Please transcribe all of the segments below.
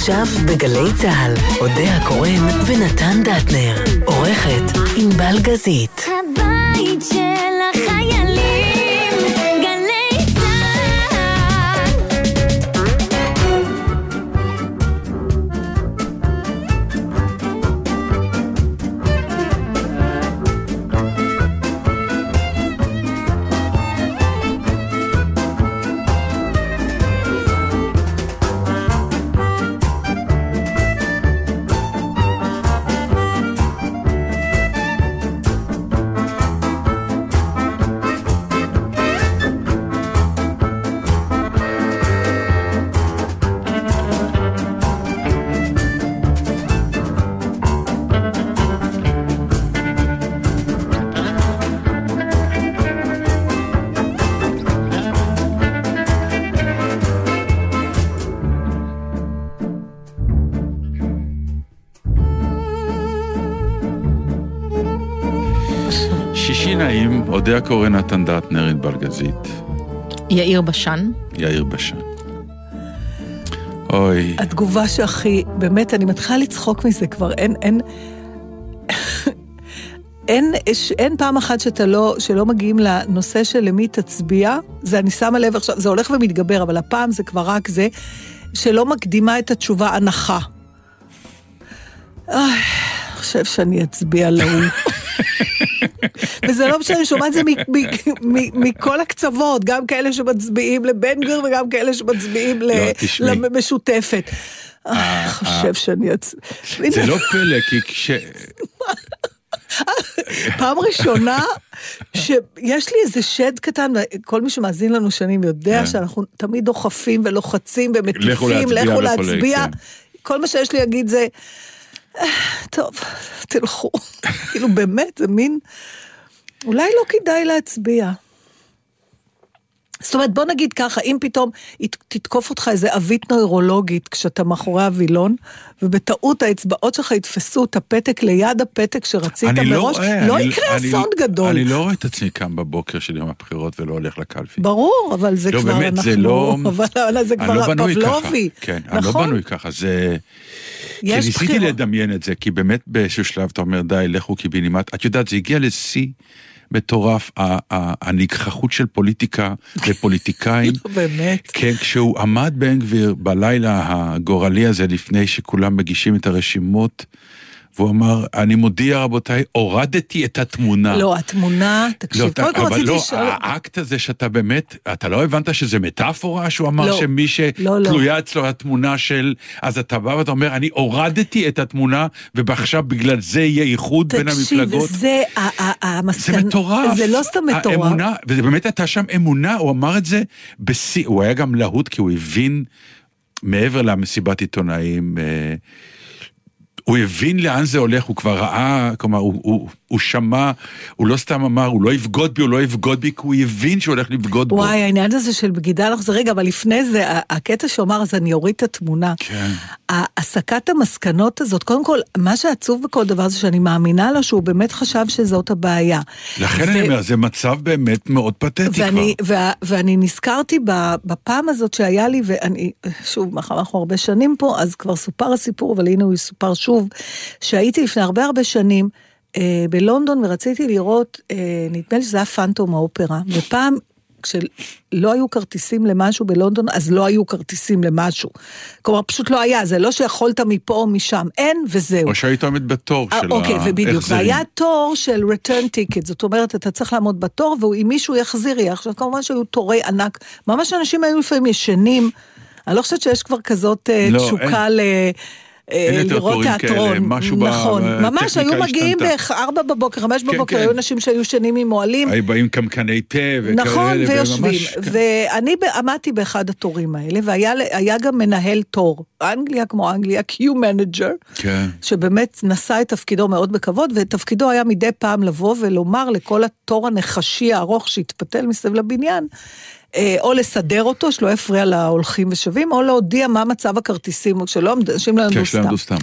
עכשיו בגלי צהל, אודיה קורן ונתן דטנר, עורכת ענבל גזית. הבית של החיילים, גלי צהל. אודיה קורן, נתן דטנר, ענבל גזית. יאיר בשן. יאיר בשן. אוי. התגובה שהכי, באמת, אני מתחילה לצחוק מזה כבר, אין פעם אחת שלא מגיעים לנושא של למי תצביע, זה אני שמה לב עכשיו, זה הולך ומתגבר, אבל הפעם זה כבר רק זה, שלא מקדימה את התשובה הנחה. אני חושב שאני אצביע להוא. וזה לא משנה, אני שומעת זה מכל הקצוות, גם כאלה שמצביעים לבן גביר וגם כאלה שמצביעים למשותפת. חושב שאני זה לא פלא, כי כש... פעם ראשונה שיש לי איזה שד קטן, כל מי שמאזין לנו שנים יודע שאנחנו תמיד דוחפים ולוחצים ומטיפים, לכו להצביע. כל מה שיש לי להגיד זה, טוב, תלכו. כאילו באמת, זה מין, אולי לא כדאי להצביע. זאת אומרת, בוא נגיד ככה, אם פתאום תתקוף אותך איזה אבית נוירולוגית כשאתה מאחורי הווילון, ובטעות האצבעות שלך יתפסו את הפתק ליד הפתק שרצית מראש, לא יקרה אסון גדול. אני לא רואה את עצמי קם בבוקר של יום הבחירות ולא הולך לקלפי. ברור, אבל זה כבר באמת, אנחנו... זה לא... אבל זה כבר פבלובי. כן, אני לא בנוי ככה, זה... כי ניסיתי לדמיין את זה, כי באמת באיזשהו שלב אתה אומר, די, לכו קיבינימט. את יודעת, זה הגיע לשיא מטורף, הנגחכות של פוליטיקה ופוליטיקאים. באמת. כן, כשהוא עמד בן גביר בלילה הגורלי הזה, לפני שכולם מגישים את הרשימות, והוא אמר, אני מודיע רבותיי, הורדתי את התמונה. לא, התמונה, תקשיב, קודם כל רציתי לשאול. האקט הזה שאתה באמת, אתה לא הבנת שזה מטאפורה, שהוא אמר שמי שתלויה אצלו התמונה של, אז אתה בא ואתה אומר, אני הורדתי את התמונה, ועכשיו בגלל זה יהיה איחוד בין המפלגות. תקשיב, זה מטורף. זה לא סתם מטורף. וזה באמת הייתה שם אמונה, הוא אמר את זה, הוא היה גם להוט, כי הוא הבין, מעבר למסיבת עיתונאים, הוא הבין לאן זה הולך, הוא כבר ראה, כלומר, הוא שמע, הוא לא סתם אמר, הוא לא יבגוד בי, הוא לא יבגוד בי, כי הוא הבין שהוא הולך לבגוד בו. וואי, העניין הזה של בגידה לך, זה רגע, אבל לפני זה, הקטע שאומר, אז אני אוריד את התמונה. כן. הסקת המסקנות הזאת, קודם כל, מה שעצוב בכל דבר זה שאני מאמינה לו, שהוא באמת חשב שזאת הבעיה. לכן אני אומר, זה מצב באמת מאוד פתטי כבר. ואני נזכרתי בפעם הזאת שהיה לי, ואני, שוב, אנחנו הרבה שנים פה, אז כבר סופר הסיפור, אבל הנה הוא סופר שוב, שהייתי לפני הרבה שנים, בלונדון, ורציתי לראות, נדמה לי שזה היה פנטום האופרה, ופעם, כשלא היו כרטיסים למשהו בלונדון, אז לא היו כרטיסים למשהו. כלומר, פשוט לא היה, זה לא שיכולת מפה או משם, אין וזהו. או שהיית עומד בתור של אוקיי, ובדיוק, והיה תור של return ticket, זאת אומרת, אתה צריך לעמוד בתור, ואם מישהו יחזיר, עכשיו כמובן שהיו תורי ענק, ממש אנשים היו לפעמים ישנים, אני לא חושבת שיש כבר כזאת תשוקה לראות תיאטרון, נכון, ממש היו מגיעים ב-4 בבוקר, 5 בבוקר, היו אנשים שהיו שנים עם מועלים, היו באים קמקני תה, נכון, ויושבים, ואני עמדתי באחד התורים האלה, והיה גם מנהל תור, אנגליה כמו אנגליה, Q-Manager, שבאמת נשא את תפקידו מאוד בכבוד, ותפקידו היה מדי פעם לבוא ולומר לכל התור הנחשי הארוך שהתפתל מסביב לבניין, או לסדר אותו, שלא יפריע להולכים ושבים, או להודיע מה מצב הכרטיסים, שלא אנשים למדו סתם.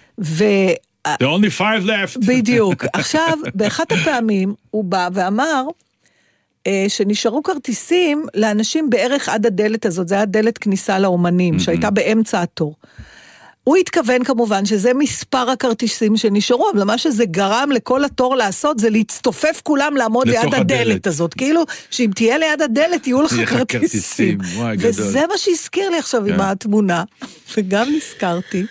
The only 5 left. בדיוק. עכשיו, באחת הפעמים, הוא בא ואמר, שנשארו כרטיסים לאנשים בערך עד הדלת הזאת, זה היה דלת כניסה לאומנים, שהייתה באמצע התור. הוא התכוון כמובן שזה מספר הכרטיסים שנשארו, אבל מה שזה גרם לכל התור לעשות, זה להצטופף כולם לעמוד ליד הדלת הזאת, כאילו שאם תהיה ליד הדלת יהיו לך כרטיסים, וזה מה שהזכיר לי עכשיו עם התמונה, וגם נזכרתי,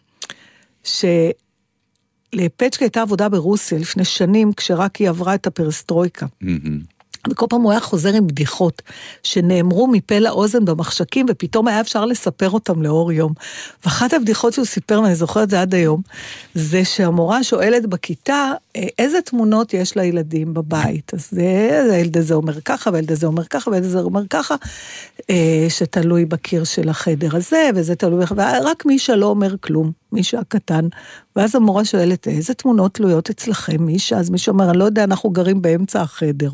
שלפצ'קה הייתה עבודה ברוסיה לפני שנים, כשרק היא עברה את הפרסטרויקה, וכל פעם הוא היה חוזר עם בדיחות, שנאמרו מפה לאוזן במחשקים, ופתאום היה אפשר לספר אותם לאור יום. ואחת הבדיחות שהוא סיפר, ואני זוכרת את זה עד היום, זה שהמורה שואלת בכיתה, איזה תמונות יש לילדים בבית. אז הילד הזה אומר ככה, והילד הזה אומר ככה, והילד הזה אומר ככה, שתלוי בקיר של החדר הזה, וזה תלוי, ורק מישה לא אומר כלום, מישה הקטן. ואז המורה שואלת, איזה תמונות תלויות אצלכם, מישה? אז מישה אומר, אני לא יודע, אנחנו גרים באמצע החדר.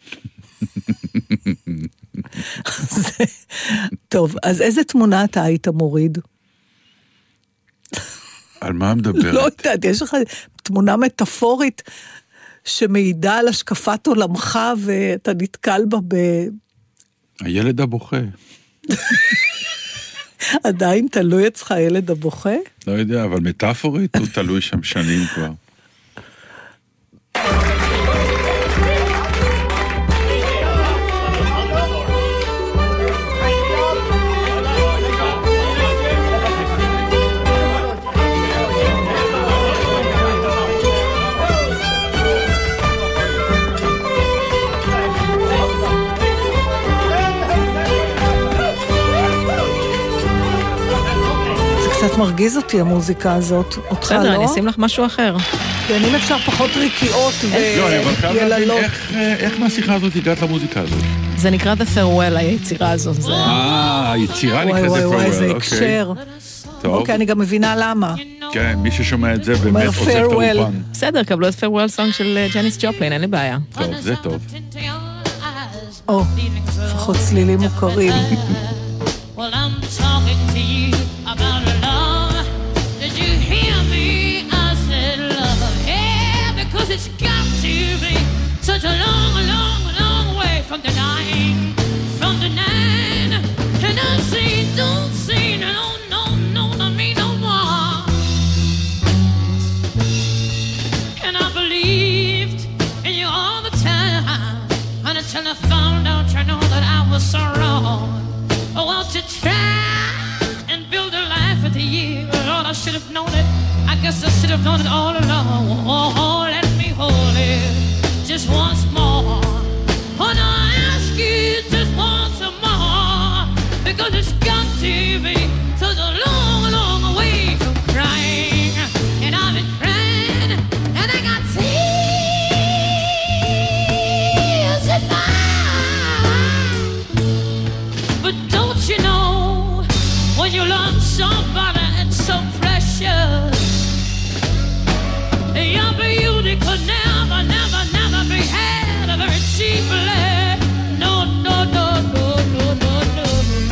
טוב, אז איזה תמונה אתה היית מוריד? על מה מדברת? לא יודעת, יש לך תמונה מטאפורית שמעידה על השקפת עולמך ואתה נתקל בה הילד הבוכה. עדיין תלוי אצלך הילד הבוכה? לא יודע, אבל מטאפורית הוא תלוי שם שנים כבר. קצת מרגיז אותי המוזיקה הזאת, אותך לא? בסדר, אני אשים לך משהו אחר. כן, אם אפשר פחות רקיעות ויללות. איך מהשיחה הזאת הגעת למוזיקה הזאת? זה נקרא The Farewell, היצירה הזאת. היצירה נקראת The Farewell, וואי, איזה הקשר. אוקיי, אני גם מבינה למה. כן, מי ששומע את זה באמת עוזב את האולפן. בסדר, קבלו את Farewell סונג של ג'ניס ג'ופלין, אין לי בעיה. טוב, זה טוב. לפחות צלילים מוכרים. Well, I'm talking to you about love. Did you hear me? I said love. Yeah, because it's got to be such a long, long, long way from denying, from denying. And I say, don't say no, no, no, to me no more. And I believed in you all the time, and until I found out, you know that I was so wrong. Oh, well, to try and build a life with you. Lord, I should have known it. I guess I should have known it all along. Oh, let me hold it just once more. Oh, no, I ask you just once more. Because it's got to be such a long, long way from crying. And I've been crying, and I got tears in my eyes. But don't you know, when you love somebody and so precious, your beauty could never, never, never be had very cheaply. No, no, no, no, no, no, no.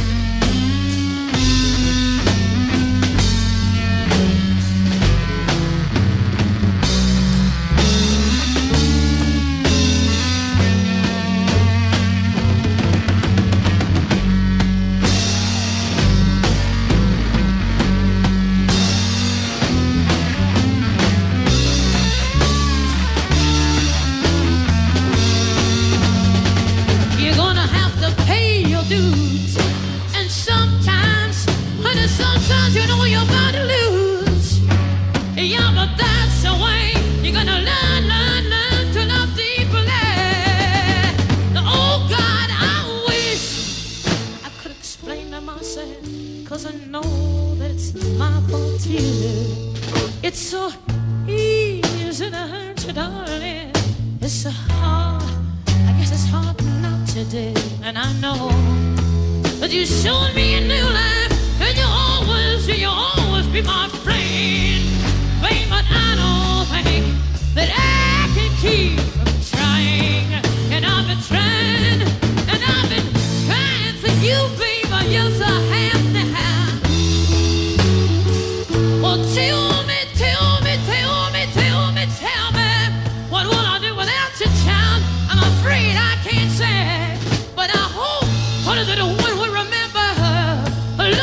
You're gonna have to pay your dues. And sometimes, honey, sometimes you know you're about to lose. Yeah, but that's the way you're gonna learn, learn, learn to love deeply. Oh God, I wish I could explain to myself, 'cause I know that it's my fault too. It's so easy to hurt you, darling. It's so hard, I guess it's hard not to do. And I know that you showed me a new life, and you'll always be my friend. Babe, but I don't think that I can keep from trying. And I've been trying, and I've been trying for you, babe, but you're so half the half. Well, tell me, tell me, tell me, tell me, tell me, what will I do without you, child? I'm afraid I can't say, but I hope that the one will remember her.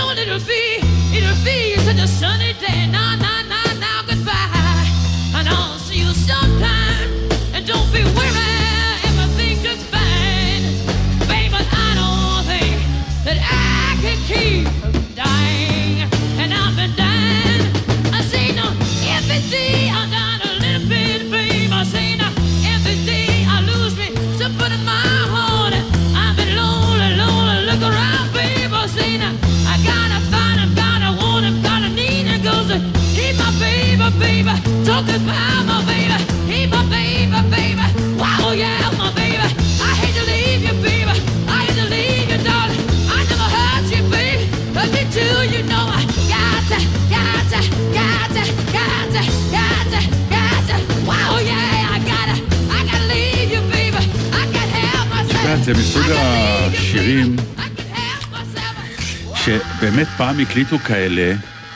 goodbye, my baby. Hey, my baby, baby. Wow, yeah, my baby. I hate to leave you, baby. I hate to leave you, darling. I never hurt you, baby. But me too, you know I got to. Wow, yeah, I gotta leave you, baby. I can't help myself. זה מסוג השירים שבאמת פעם הקליטו כאלה,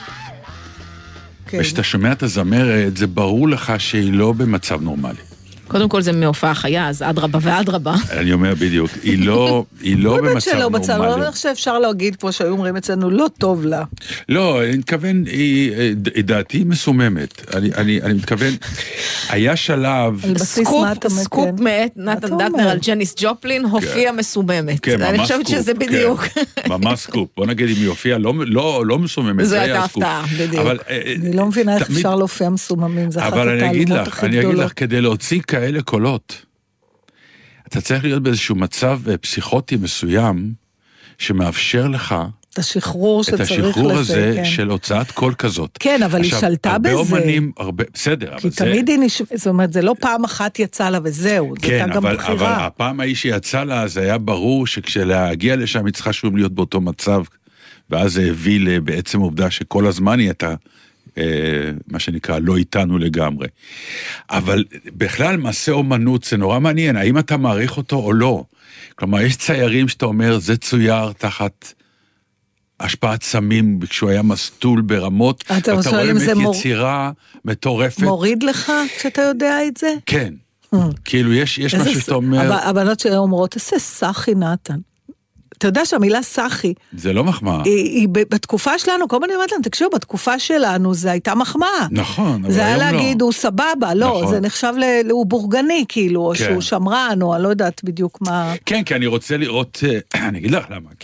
ושאתה שומע את הזמרת, זה ברור לך שהיא לא במצב נורמלי. קודם כל זה מהופעה חיה, אז אדרבה ואדרבה. אני אומר בדיוק, היא לא במצב נורמלי. לא אומר שאפשר להגיד, כמו שהיו אומרים אצלנו, לא טוב לה. לא, אני מתכוון, דעתי מסוממת. אני מתכוון, היה שלב... סקופ מאת נתן דטנר על ג'ניס ג'ופלין, הופיע מסוממת. אני חושבת שזה בדיוק. ממש סקופ. בוא נגיד, אם היא הופיעה לא מסוממת, זו הייתה הפתעה, בדיוק. אני לא מבינה איך אפשר להופיע מסוממים, זה אחת התעלומות הכי גדולות. אני אגיד לך, כדי להוציא כאלה קולות, אתה צריך להיות באיזשהו מצב פסיכוטי מסוים, שמאפשר לך את השחרור שצריך לזה. את השחרור הזה של הוצאת קול כזאת. כן, אבל היא שלטה בזה. הרבה אומנים, בסדר. כי תמיד היא זאת אומרת, זה לא פעם אחת יצא לה וזהו, זה הייתה גם בחירה. אבל הפעם ההיא שיצא לה, זה היה ברור שכשלהגיע לשם היא צריכה שוב להיות באותו מצב, ואז זה הביא בעצם עובדה שכל הזמן היא הייתה, מה שנקרא, לא איתנו לגמרי. אבל בכלל מעשה אומנות זה נורא מעניין, האם אתה מעריך אותו או לא? כלומר, יש ציירים שאתה אומר, זה צויר תחת השפעת סמים, כשהוא היה מסטול ברמות, אתה רואה באמת יצירה מטורפת. מוריד לך כשאתה יודע את זה? כן. כאילו, יש משהו שאתה אומר... הבנות שאומרות, תעשה סחי נתן. אתה יודע שהמילה סחי... זה לא מחמאה. היא בתקופה שלנו, כל מיני אומרת לנו, תקשיבו, בתקופה שלנו זה הייתה מחמאה. נכון, אבל זה היה היום להגיד, לא. הוא סבבה, לא, נכון. זה נחשב הוא בורגני, כאילו, או שהוא שמרן, או אני לא יודעת בדיוק מה... כן, כי אני רוצה לראות, אני אגיד לך למה,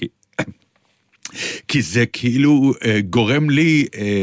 כי זה כאילו גורם לי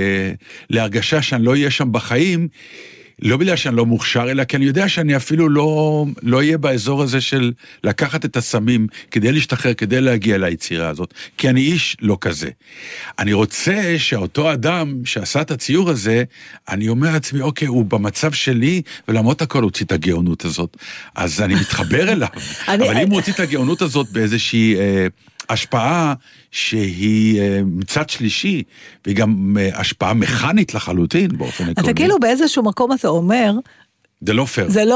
להרגשה שאני לא אהיה שם בחיים, לא בגלל שאני לא מוכשר, אלא כי אני יודע שאני אפילו לא אהיה באזור הזה של לקחת את הסמים, כדי להשתחרר, כדי להגיע ליצירה הזאת, כי אני איש לא כזה. אני רוצה שאותו אדם שעשה את הציור הזה, אני אומר לעצמי, אוקיי, הוא במצב שלי, ולמרות הכל הוא הוציא את הגאונות הזאת. אז אני מתחבר אליו. אבל אם הוא הוציא את הגאונות הזאת באיזושהי... השפעה שהיא מצד שלישי, והיא גם השפעה מכנית לחלוטין באופן עקרוני. אתה כאילו באיזשהו מקום אתה אומר, זה לא פייר. זה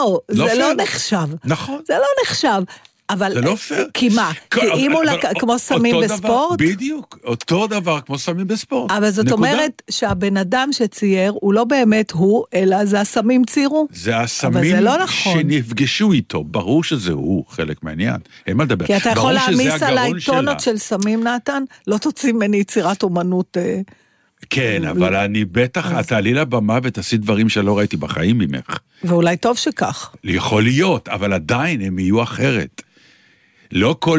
לא נחשב. נכון. זה לא נחשב. אבל, זה לא פייר. כי מה? כי אם הוא כמו סמים בספורט? בדיוק, אותו דבר כמו סמים בספורט. אבל זאת אומרת שהבן אדם שצייר, הוא לא באמת הוא, אלא זה הסמים ציירו. זה הסמים שנפגשו איתו, ברור שזה הוא חלק מהעניין. אין מה לדבר. כי אתה יכול להעמיס על העיתונות של סמים נתן, לא תוציא ממני יצירת אומנות... כן, אבל אני בטח, את תעלי לבמה ותעשי דברים שלא ראיתי בחיים ממך. ואולי טוב שכך. יכול להיות, אבל עדיין הם יהיו אחרת. לא כל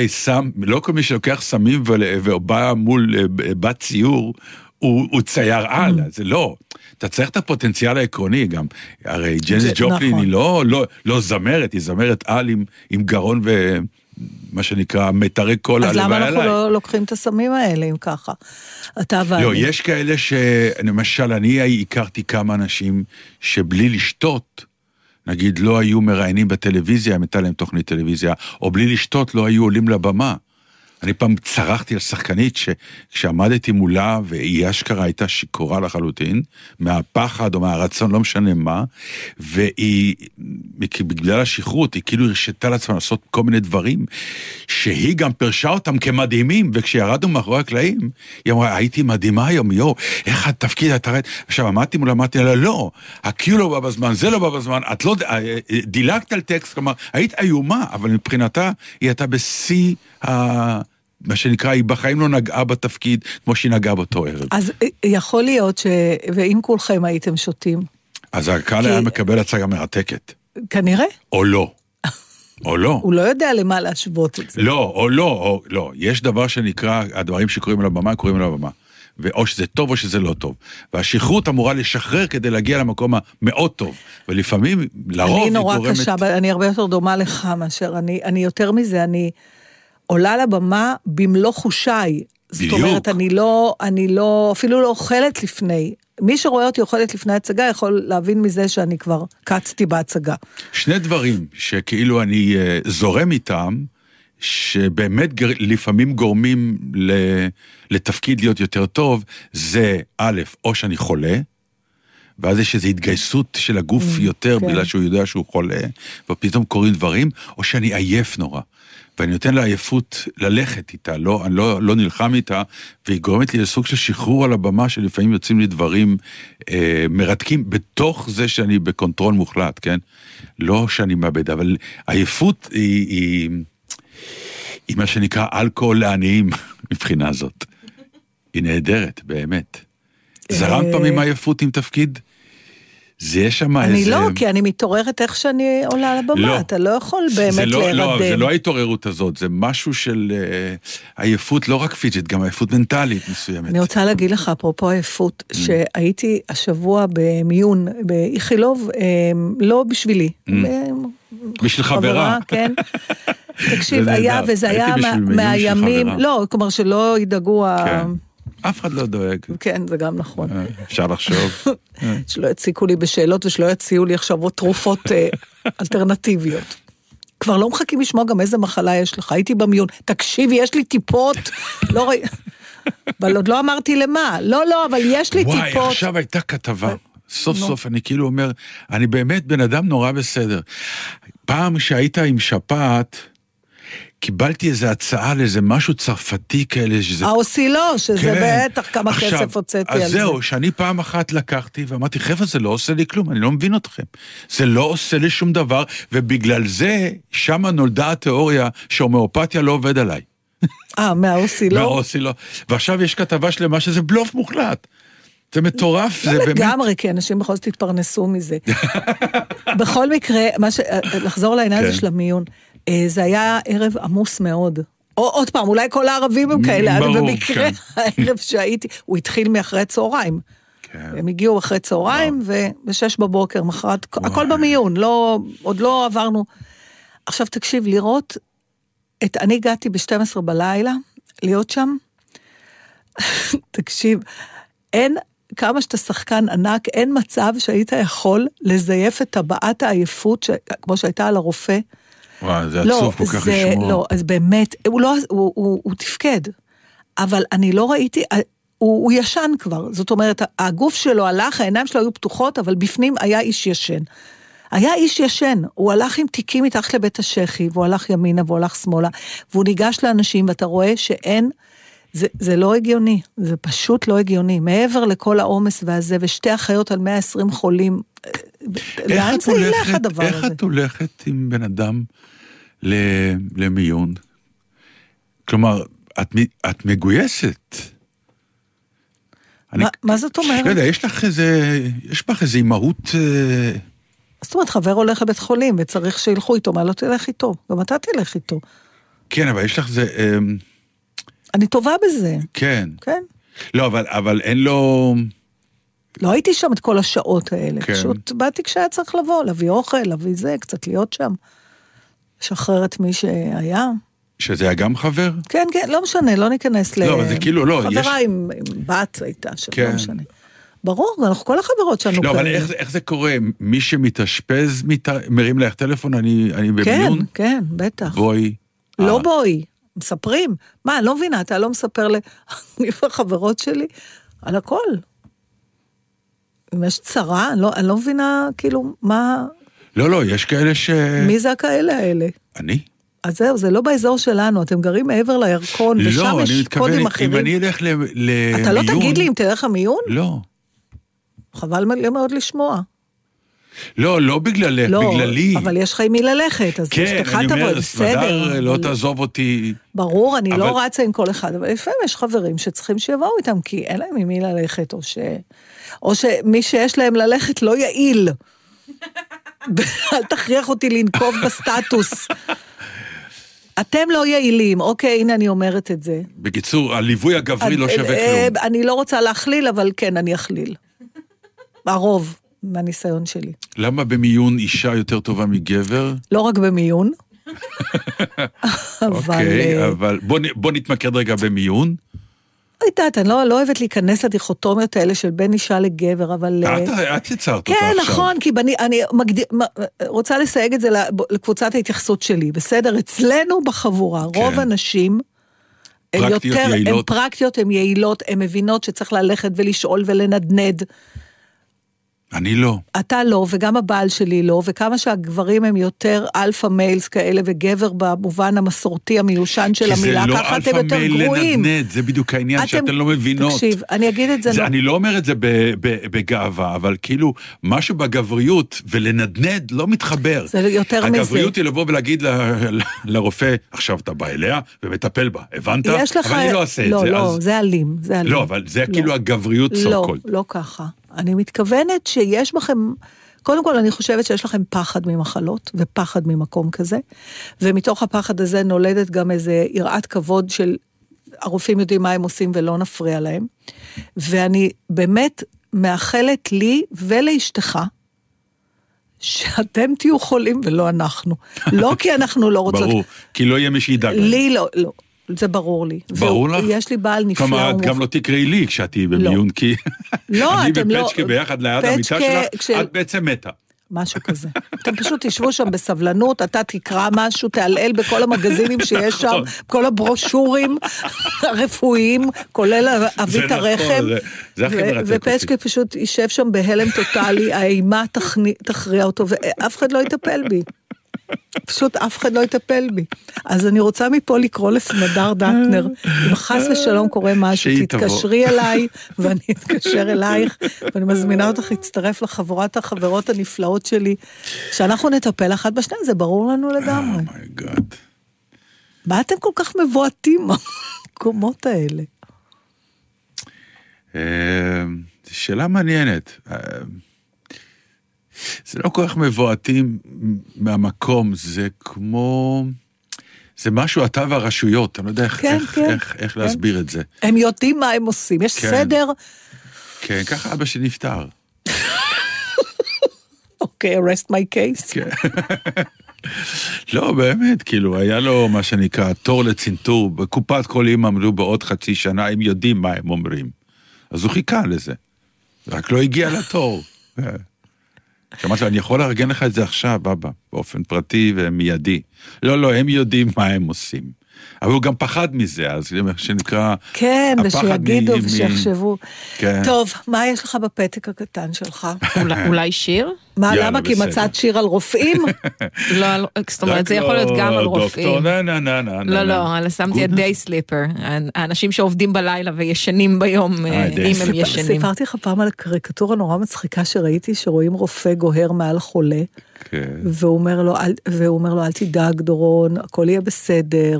מי שלוקח סמים ובא מול בת ציור, הוא צייר על, זה לא. אתה צריך את הפוטנציאל העקרוני גם. הרי ג'ניס ג'ופלין היא לא זמרת, היא זמרת על עם גרון ומה שנקרא מטרי קול אז למה אנחנו לא לוקחים את הסמים האלה אם ככה? אתה ואני. לא, יש כאלה למשל, אני הכרתי כמה אנשים שבלי לשתות, נגיד, לא היו מראיינים בטלוויזיה, אם הייתה להם תוכנית טלוויזיה, או בלי לשתות לא היו עולים לבמה. אני פעם צרחתי על שחקנית שכשעמדתי מולה, והיא אשכרה הייתה שיכורה לחלוטין, מהפחד או מהרצון, לא משנה מה, והיא, בגלל השכרות, היא כאילו הרשתה לעצמה לעשות כל מיני דברים, שהיא גם פרשה אותם כמדהימים, וכשירדנו מאחורי הקלעים, היא אמרה, הייתי מדהימה היום, איך התפקיד, אתה ראית? עכשיו עמדתי מולה, אמרתי לה, לא, הקיו לא בא בזמן, זה לא בא בזמן, את לא, דילגת על טקסט, כלומר, היית איומה, אבל מבחינתה, היא הייתה בשיא מה שנקרא, היא בחיים לא נגעה בתפקיד, כמו שהיא נגעה באותו ערב. אז יכול להיות ואם כולכם הייתם שותים. אז הקהל היה מקבל הצגה מרתקת. כנראה. או לא. או לא. הוא לא יודע למה להשוות את זה. לא, או לא, או לא. יש דבר שנקרא, הדברים שקוראים על הבמה, קוראים על הבמה. ואו שזה טוב או שזה לא טוב. והשחרות אמורה לשחרר כדי להגיע למקום המאוד טוב. ולפעמים, לרוב היא גורמת... אני נורא קשה, אני הרבה יותר דומה לך מאשר, אני יותר מזה, אני עולה לבמה במלוא חושיי. זאת אומרת, אני לא, אפילו לא אוכלת לפני. מי שרואה אותי אוכלת לפני הצגה, יכול להבין מזה שאני כבר קצתי בהצגה. שני דברים שכאילו אני זורם איתם, שבאמת לפעמים גורמים לתפקיד להיות יותר טוב, זה א', או שאני חולה, ואז יש איזו התגייסות של הגוף יותר, בגלל שהוא יודע שהוא חולה, ופתאום קוראים דברים, או שאני עייף נורא. ואני נותן לה עייפות ללכת איתה, אני לא נלחם איתה, והיא גורמת לי לסוג של שחרור על הבמה, שלפעמים יוצאים לי דברים מרתקים, בתוך זה שאני בקונטרול מוחלט, כן? לא שאני מאבד, אבל עייפות היא מה שנקרא אלכוהול לעניים, מבחינה זאת. היא נהדרת, באמת. זרמת פעמים עייפות עם תפקיד? זה יש שם איזה... אני לא, כי אני מתעוררת איך שאני עולה על הבמה, אתה לא יכול באמת להירדם. לא, זה לא ההתעוררות הזאת, זה משהו של עייפות, לא רק פיג'ית, גם עייפות מנטלית מסוימת. אני רוצה להגיד לך, אפרופו עייפות, שהייתי השבוע במיון, באיכילוב, לא בשבילי. בשביל חברה. כן. תקשיב, היה, וזה היה מהימים, לא, כלומר שלא ידאגו אף אחד לא דואג. כן, זה גם נכון. אפשר לחשוב. שלא יציקו לי בשאלות ושלא יציעו לי עכשיו תרופות אלטרנטיביות. כבר לא מחכים לשמוע גם איזה מחלה יש לך. הייתי במיון. תקשיב, יש לי טיפות. לא ראי... אבל עוד לא אמרתי למה. לא, אבל יש לי טיפות. וואי, עכשיו הייתה כתבה. סוף סוף אני כאילו אומר, אני באמת בן אדם נורא בסדר. פעם שהיית עם שפעת, קיבלתי איזו הצעה לאיזה משהו צרפתי כאלה. האוסילו, שזה בטח כמה כסף הוצאתי על זה. אז זהו, שאני פעם אחת לקחתי ואמרתי, חבר'ה, זה לא עושה לי כלום, אני לא מבין אתכם. זה לא עושה לי שום דבר, ובגלל זה, שמה נולדה התיאוריה שהומאופתיה לא עובד עליי. מהאוסילו? מהאוסילו. ועכשיו יש כתבה שלמה שזה בלוף מוחלט. זה מטורף, זה באמת... לא לגמרי, כי אנשים בכל זאת התפרנסו מזה. בכל מקרה, לחזור לעניין הזה של המיון, זה היה ערב עמוס מאוד. עוד פעם, אולי כל הערבים הם כאלה, אבל במקרה הערב שהייתי, הוא התחיל מאחרי צהריים. הם הגיעו אחרי צהריים, וב-6 בבוקר, מחרת, הכל במיון, עוד לא עברנו. עכשיו תקשיב, לראות, אני הגעתי ב-12 בלילה, להיות שם, תקשיב, כמה שאתה שחקן ענק, אין מצב שהיית יכול לזייף את טבעת העייפות, כמו שהייתה על הרופא, וואו, זה עצוב כל כך לשמוע. לא, אז באמת, הוא תפקד, אבל אני לא ראיתי, הוא ישן כבר, זאת אומרת, הגוף שלו הלך, העיניים שלו היו פתוחות, אבל בפנים היה איש ישן. היה איש ישן, הוא הלך עם תיקים מתחת לבית השכי, והוא הלך ימינה, והוא הלך שמאלה, והוא ניגש לאנשים, ואתה רואה שאין, זה לא הגיוני, זה פשוט לא הגיוני, מעבר לכל העומס והזה, ושתי אחיות על 120 חולים, לאן זה ילך הדבר הזה? איך את הולכת עם בן אדם למיון? כלומר, את מגויסת. מה זאת אומרת? לא יודע, יש בך איזו אימהות... זאת אומרת, חבר הולך לבית חולים, וצריך שילכו איתו, מה לא תלך איתו? גם אתה תלך איתו. כן, אבל יש לך זה... אני טובה בזה. כן. כן. לא, אבל אין לו... לא הייתי שם את כל השעות האלה. כן. פשוט באתי כשהיה צריך לבוא, להביא אוכל, להביא זה, קצת להיות שם. לשחרר את מי שהיה. שזה היה גם חבר? כן, כן, לא משנה, לא ניכנס לא, אבל זה כאילו, לא, חברה עם בת הייתה שם, כן. לא משנה. ברור, אנחנו כל החברות שלנו לא, אבל איך זה קורה? מי שמתאשפז, מרים לך טלפון, אני במיון? כן, כן, בטח. בואי. לא בואי, מספרים. מה, אני לא מבינה, אתה לא מספר לחברות שלי על הכל. אם יש צרה, אני לא מבינה, כאילו, מה... לא, יש כאלה מי זה הכאלה האלה? אני? אז זהו, זה לא באזור שלנו, אתם גרים מעבר לירקון, ושם יש קודים אחרים. אם אני אלך למיון... אתה לא תגיד לי אם תלך המיון? לא. חבל מאוד לשמוע. לא בגללך, בגללי. אבל יש לך עם מי ללכת, אז כן, אני אומר, סדר, לא תעזוב אותי. ברור, אני לא רצה עם כל אחד, אבל לפעמים יש חברים שצריכים שיבואו איתם, כי אין להם עם מי ללכת, או שמי שיש להם ללכת לא יעיל. אל תכריח אותי לנקוב בסטטוס. אתם לא יעילים, אוקיי, הנה אני אומרת את זה. בקיצור, הליווי הגברי לא שווה כלום. אני לא רוצה להכליל, אבל כן, אני אכליל. הרוב, מהניסיון שלי. למה במיון אישה יותר טובה מגבר? לא רק במיון. אוקיי, אבל בוא נתמקד רגע במיון. יודעת, אני לא אוהבת להיכנס לדיכוטומיות האלה של בין אישה לגבר, אבל... את יצרת אותה עכשיו. כן, עכשיו. נכון, כי אני רוצה לסייג את זה לקבוצת ההתייחסות שלי, בסדר? אצלנו בחבורה, רוב הנשים... הן פרקטיות, הן יעילות, הן מבינות שצריך ללכת ולשאול ולנדנד. אני לא. אתה לא, וגם הבעל שלי לא, וכמה שהגברים הם יותר אלפא מיילס כאלה, וגבר במובן המסורתי המיושן של המילה, ככה אתם יותר גרועים. כי זה לא אלפא מייל לנדנד, זה בדיוק העניין שאתם לא מבינות. תקשיב, אני אגיד את זה. אני לא אומר את זה בגאווה, אבל כאילו, משהו בגבריות ולנדנד לא מתחבר. זה יותר מזה. הגבריות היא לבוא ולהגיד לרופא, עכשיו אתה בא אליה ומטפל בה, הבנת? אבל אני לא אעשה את זה. לא, זה אלים. לא, אבל זה כאילו הגבריות סו-קולד. לא ככה. אני מתכוונת שיש בכם, קודם כל אני חושבת שיש לכם פחד ממחלות, ופחד ממקום כזה, ומתוך הפחד הזה נולדת גם איזה יראת כבוד של הרופאים יודעים מה הם עושים ולא נפריע להם, ואני באמת מאחלת לי ולאשתך, שאתם תהיו חולים ולא אנחנו. לא כי אנחנו לא רוצות. ברור, כי לא יהיה מי שידאג. לי לא. זה ברור לי. ברור לך? יש לי בעל נפלא. כלומר, את גם לא תקראי לי כשאתי במיון, כי אני ופצ'קה ביחד ליד המיטה שלך, את בעצם מתה. משהו כזה. אתם פשוט תשבו שם בסבלנות, אתה תקרא משהו, תעלל בכל המגזינים שיש שם, כל הברושורים הרפואיים, כולל אבית הרחם, ופצ'קה פשוט יישב שם בהלם טוטלי, האימה תכריע אותו, ואף אחד לא יטפל בי. פשוט אף אחד לא יטפל בי. אז אני רוצה מפה לקרוא לסמדר דטנר, אם חס ושלום קורה משהו, תתקשרי אליי, ואני אתקשר אלייך, ואני מזמינה אותך להצטרף לחבורת החברות הנפלאות שלי, שאנחנו נטפל אחת בשניים, זה ברור לנו לגמרי. אומייגאד. מה אתם כל כך מבועטים, המקומות האלה? שאלה מעניינת. זה לא כל כך מבועטים מהמקום, זה כמו... זה משהו אתה והרשויות, אני לא יודע איך להסביר את זה. הם יודעים מה הם עושים, יש סדר. כן, ככה אבא שנפטר. אוקיי, arrest my case. לא, באמת, כאילו, היה לו מה שנקרא תור לצנתור, בקופת חולים עמדו בעוד חצי שנה, הם יודעים מה הם אומרים. אז הוא חיכה לזה. רק לא הגיע לתור. שמעת לו, אני יכול לארגן לך את זה עכשיו, אבא, באופן פרטי ומיידי. לא, הם יודעים מה הם עושים. אבל הוא גם פחד מזה, אז שנקרא... כן, ושיגידו ושיחשבו. טוב, מה יש לך בפתק הקטן שלך? אולי שיר? מה, למה? כי מצאת שיר על רופאים? לא, זאת אומרת, זה יכול להיות גם על רופאים. לא, שמתי את דיי סליפר, האנשים שעובדים בלילה וישנים ביום, אם הם ישנים. סיפרתי לך פעם על הקריקטורה נורא מצחיקה שראיתי, שרואים רופא גוהר מעל חולה, והוא אומר לו, אל תדאג דורון, הכל יהיה בסדר,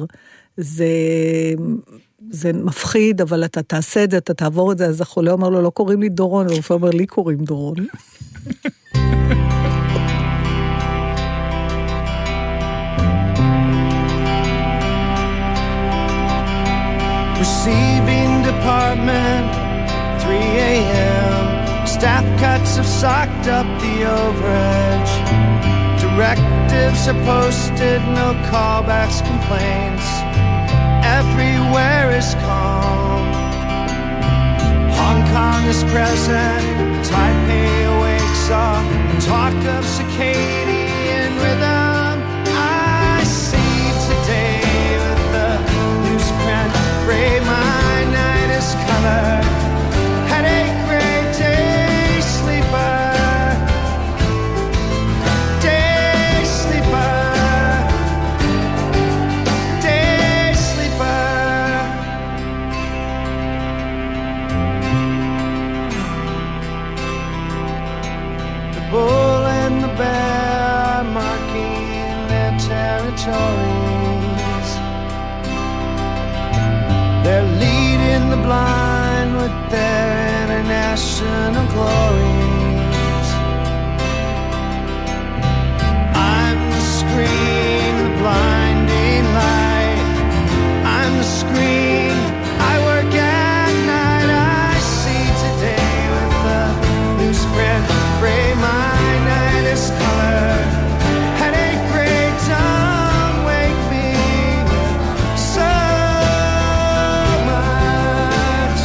זה מפחיד, אבל אתה תעשה את זה, אתה תעבור את זה, אז החולה אומר לו, לא קוראים לי דורון, הרופא אומר, לי קוראים דורון. Receiving department, 3 a.m. Staff cuts have socked up the overage. Directives are posted, no callbacks, complaints. Everywhere is calm. Hong Kong is present, Taipei awakes all talk of circadian rhythm. I see today with the newsprint, gray my night is colored. Headache, gray day sleeper. Day sleeper. Day sleeper. The bull and the bear are marking their territories. They're leading the blind with their international glories. I'm the screen, the blinding light. I'm the screen, I work at night. I see today with the newsprint, gray my night is colored. Headache, gray, don't wake me so much.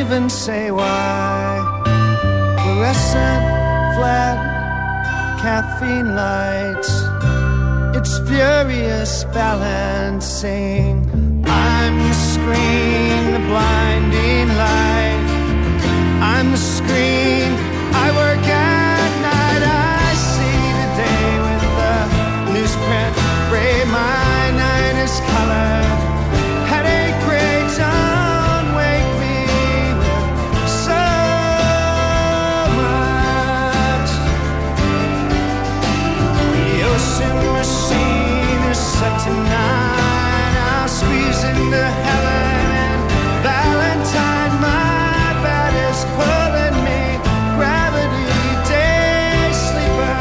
even say why. Fluorescent, flat, caffeine lights, it's furious balancing. I'm the screen, the blinding light. I'm the screen, I work at night. I see the day with the newsprint gray. My night is colored, headache gray. Don't wake me with so much. The ocean machine is set tonight. I'll squeeze into heaven and Valentine. My bed is pulling me, gravity, day sleeper,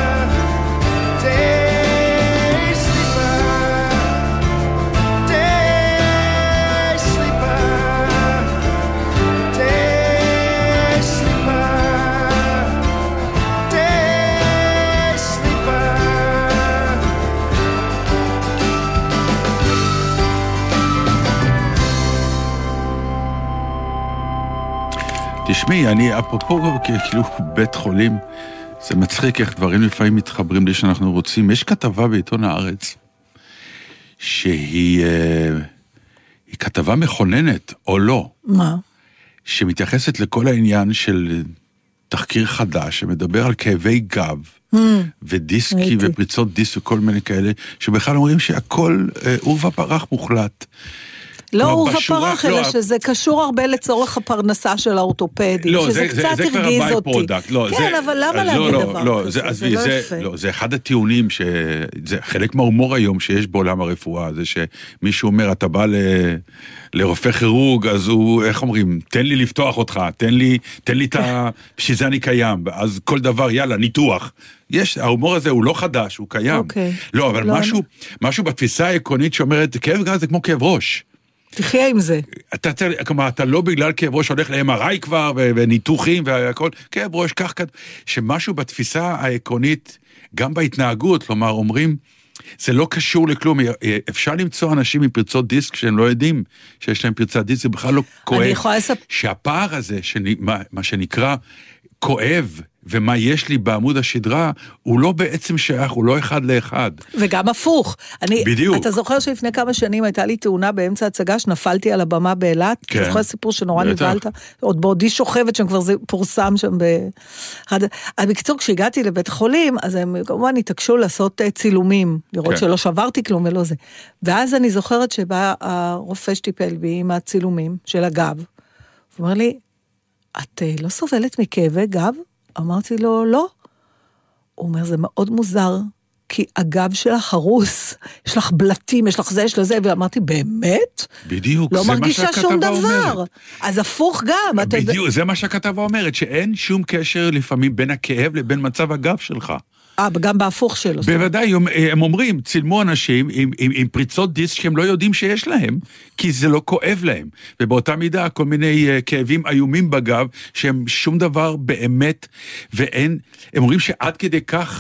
day sleeper, day sleeper, day sleeper, day sleeper. תשמעי, אני אפרופו כאילו בית חולים, זה מצחיק איך דברים לפעמים מתחברים לי שאנחנו רוצים. יש כתבה בעיתון הארץ, שהיא כתבה מכוננת, או לא. מה? שמתייחסת לכל העניין של תחקיר חדש, שמדבר על כאבי גב, ודיסקי ופריצות דיסק וכל מיני כאלה, שבכלל אומרים שהכל עורבא פרח מוחלט. לא עורבא פרח, אלא שזה קשור הרבה לצורך הפרנסה של האורתופדים, שזה קצת הרגיז אותי. כן, אבל למה להגיד דבר כזה? זה לא יפה. לא, זה אחד הטיעונים, זה חלק מההומור היום שיש בעולם הרפואה, זה שמישהו אומר, אתה בא לרופא כירורג, אז הוא, איך אומרים, תן לי לפתוח אותך, תן לי את ה... בשביל זה אני קיים, אז כל דבר, יאללה, ניתוח. ההומור הזה הוא לא חדש, הוא קיים. לא, אבל משהו בתפיסה העקרונית שאומרת, כאב גב זה כמו כאב ראש. תחיה עם זה. כלומר, אתה לא בגלל כאב ראש הולך ל-MRI כבר, וניתוחים והכל, כאב ראש, כך, שמשהו בתפיסה העקרונית, גם בהתנהגות, כלומר, אומרים, זה לא קשור לכלום, אפשר למצוא אנשים עם פרצות דיסק, שהם לא יודעים שיש להם פרצת דיסק, זה בכלל לא כואב, שהפער הזה, מה שנקרא, כואב, ומה יש לי בעמוד השדרה, הוא לא בעצם שייך, הוא לא אחד לאחד. וגם הפוך. בדיוק. אתה זוכר שלפני כמה שנים הייתה לי תאונה באמצע הצגה, שנפלתי על הבמה באילת? כן. אתה זוכר סיפור שנורא נבלת? עוד בעודי שוכבת שם, כבר זה פורסם שם באחד. אז בקיצור, כשהגעתי לבית חולים, אז הם כמובן התעקשו לעשות צילומים, לראות כן. שלא שברתי כלום ולא זה. ואז אני זוכרת שבא הרופא שטיפל בי עם הצילומים של הגב, הוא אומר לי, את לא סובלת מכאבי גב? אמרתי לו, לא. הוא אומר, זה מאוד מוזר, כי הגב שלך הרוס, יש לך בלטים, יש לך זה, יש לזה, ואמרתי, באמת? בדיוק, לא מרגישה שום דבר. אז הפוך גם. בדיוק, זה מה שהכתבה אומרת, שאין שום קשר לפעמים בין הכאב לבין מצב הגב שלך. גם בהפוך שלו. בוודאי, הם אומרים, צילמו אנשים עם פריצות דיסק שהם לא יודעים שיש להם, כי זה לא כואב להם. ובאותה מידה, כל מיני כאבים איומים בגב, שהם שום דבר באמת, ואין, הם אומרים שעד כדי כך,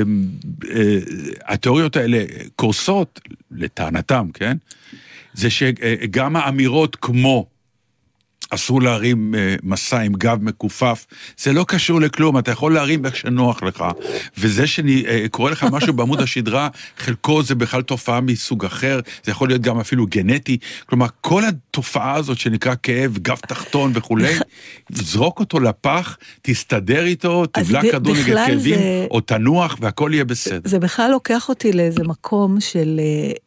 התיאוריות האלה קורסות, לטענתם, כן? זה שגם האמירות כמו, אסור להרים מסע עם גב מקופף, זה לא קשור לכלום, אתה יכול להרים איך שנוח לך, וזה שאני קורא לך משהו בעמוד השדרה, חלקו זה בכלל תופעה מסוג אחר, זה יכול להיות גם אפילו גנטי, כלומר, כל התופעה הזאת שנקרא כאב, גב תחתון וכולי, זרוק אותו לפח, תסתדר איתו, תבלע כדור נגד כאבים, או תנוח, והכל יהיה בסדר. זה בכלל לוקח אותי לאיזה מקום של...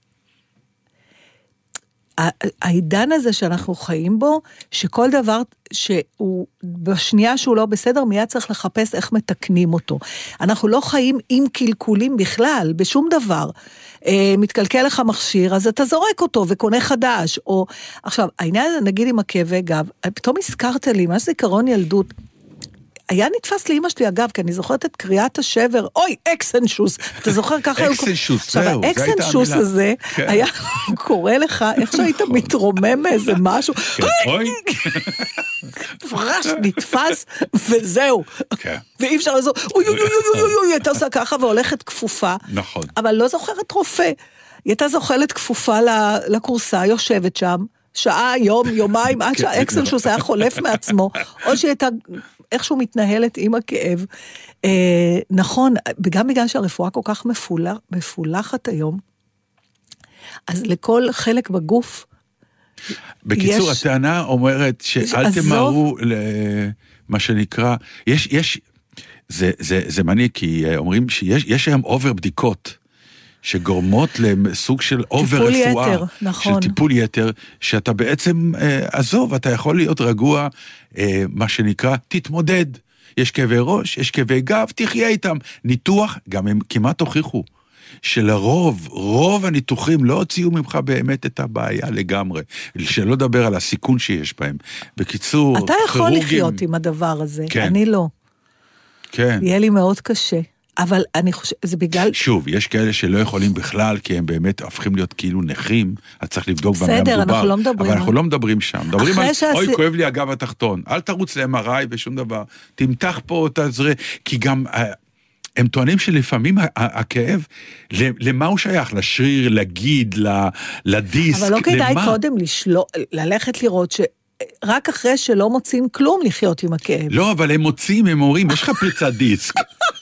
העידן הזה שאנחנו חיים בו, שכל דבר שהוא, בשנייה שהוא לא בסדר, מיד צריך לחפש איך מתקנים אותו. אנחנו לא חיים עם קלקולים בכלל, בשום דבר. מתקלקל לך מכשיר, אז אתה זורק אותו וקונה חדש. או, עכשיו, העניין הזה, נגיד עם הכאבי גב, פתאום הזכרת לי, מה זיכרון ילדות, היה נתפס לאמא שלי, אגב, כי אני זוכרת את קריאת השבר, אוי, אקסנשוס, אתה זוכר ככה? אקסנשוס, זהו, האקסנשוס הזה, היה קורא לך, איך שהיית מתרומם מאיזה משהו, אוי, פרש, נתפס, וזהו. ואי אפשר לעזור, אוי, אוי, אוי, אוי, אוי, הייתה עושה ככה והולכת כפופה. נכון. אבל לא זוכרת רופא. היא הייתה זוחלת כפופה לקורסה, יושבת שם, שעה, יום, יומיים, עד שהאקסנשוס היה חולף מעצמו, או שהייתה איכשהו מתנהלת עם הכאב. נכון, וגם בגלל שהרפואה כל כך מפולחת היום, אז לכל חלק בגוף, בקיצור, הטענה אומרת שאל תמהרו למה שנקרא, זה מעניין, כי אומרים שיש היום אובר בדיקות, שגורמות לסוג של אובר רפואה, נכון. של טיפול יתר, שאתה בעצם, עזוב, אתה יכול להיות רגוע, מה שנקרא, תתמודד. יש כאבי ראש, יש כאבי גב, תחיה איתם. ניתוח, גם הם כמעט הוכיחו, שלרוב, רוב הניתוחים לא הוציאו ממך באמת את הבעיה לגמרי, שלא לדבר על הסיכון שיש בהם. בקיצור, אתה יכול לחיות עם הדבר הזה, כן. אני לא. כן. יהיה לי מאוד קשה. אבל אני חושב, זה בגלל... שוב, יש כאלה שלא יכולים בכלל, כי הם באמת הופכים להיות כאילו נכים, אז צריך לבדוק במה מדובר. בסדר, אנחנו לא מדברים. אבל אנחנו לא מדברים שם. מדברים על, שעשי... אוי, כואב לי הגב התחתון. אל תרוץ ל-MRI ושום דבר. תמתח פה, תעזרה, כי גם... הם טוענים שלפעמים הכאב, למה הוא שייך? לשריר, לגיד, לדיסק, אבל לא כדאי קודם ללכת לראות רק אחרי שלא מוצאים כלום לחיות עם הכאב. לא, אבל הם מוצאים, הם אומרים, יש לך פריצת דיסק.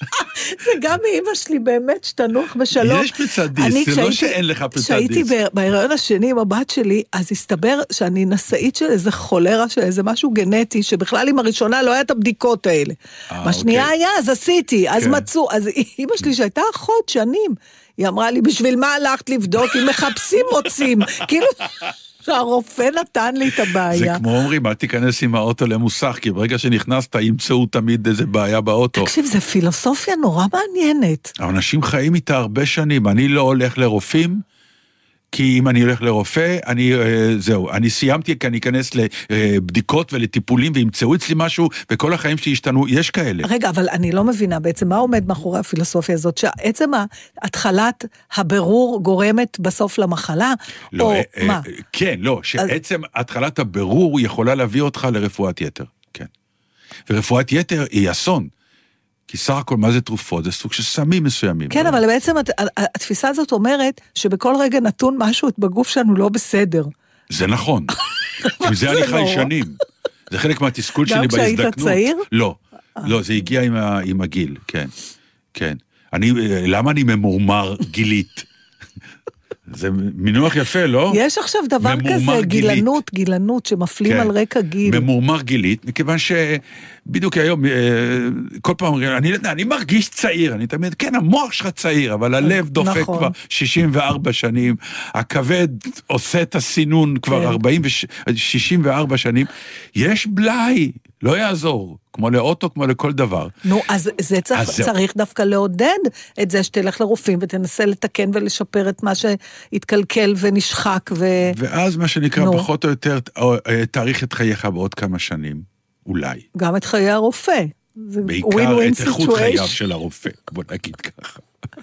זה גם מאמא שלי באמת שתנוח בשלום. יש פריצת דיסק, זה לא שאין לך פריצת דיסק. כשהייתי בהיריון השני עם הבת שלי, אז הסתבר שאני נשאית של איזה חולרה, של איזה משהו גנטי, שבכלל עם הראשונה לא היה את הבדיקות האלה. בשנייה היה, אז עשיתי, אז מצאו. אז אמא שלי שהייתה אחות שנים, היא אמרה לי, בשביל מה הלכת לבדוק? אם מחפשים מוצאים. כאילו... שהרופא נתן לי את הבעיה. זה כמו אומרים, אל תיכנס עם האוטו למוסך, כי ברגע שנכנסת, ימצאו תמיד איזה בעיה באוטו. תקשיב, זה פילוסופיה נורא מעניינת. אנשים חיים איתה הרבה שנים, אני לא הולך לרופאים, כי אם אני הולך לרופא, זהו, אני סיימתי, כי אני אכנס לבדיקות ולטיפולים, וימצאו אצלי משהו, וכל החיים שלי השתנו, יש כאלה. רגע, אבל אני לא מבינה בעצם, מה עומד מאחורי הפילוסופיה הזאת, שעצם התחלת הבירור גורמת בסוף למחלה, לא, או מה? כן, לא, שעצם התחלת הבירור יכולה להביא אותך לרפואת יתר, כן. ורפואת יתר היא אסון. כי סך הכל מה זה תרופות? זה סוג של סמים מסוימים. כן, אבל בעצם התפיסה הזאת אומרת שבכל רגע נתון משהו בגוף שלנו לא בסדר. זה נכון. כי זה אני חי שנים. זה חלק מהתסכול שלי בהזדקנות. גם כשהיית צעיר? לא, לא, זה הגיע עם הגיל, כן. כן. למה אני ממורמר גילית? זה מינוח יפה, לא? יש עכשיו דבר כזה, גילנות, שמפלים על רקע גיל. ממורמר גילית, מכיוון שבדיוק היום, כל פעם, אני מרגיש צעיר, אני תמיד, כן, המוח שלך צעיר, אבל הלב דופק כבר 64 שנים, הכבד עושה את הסינון כבר 64 שנים, יש בלאי, לא יעזור, כמו לאוטו, כמו לכל דבר. נו, אז זה צריך דווקא לעודד את זה שתלך לרופאים ותנסה לתקן ולשפר את מה שהתקלקל ונשחק ואז מה שנקרא פחות או יותר תאריך את חייך בעוד כמה שנים, אולי. גם את חיי הרופא. בעיקר את איכות חייו של הרופא, בוא נגיד ככה.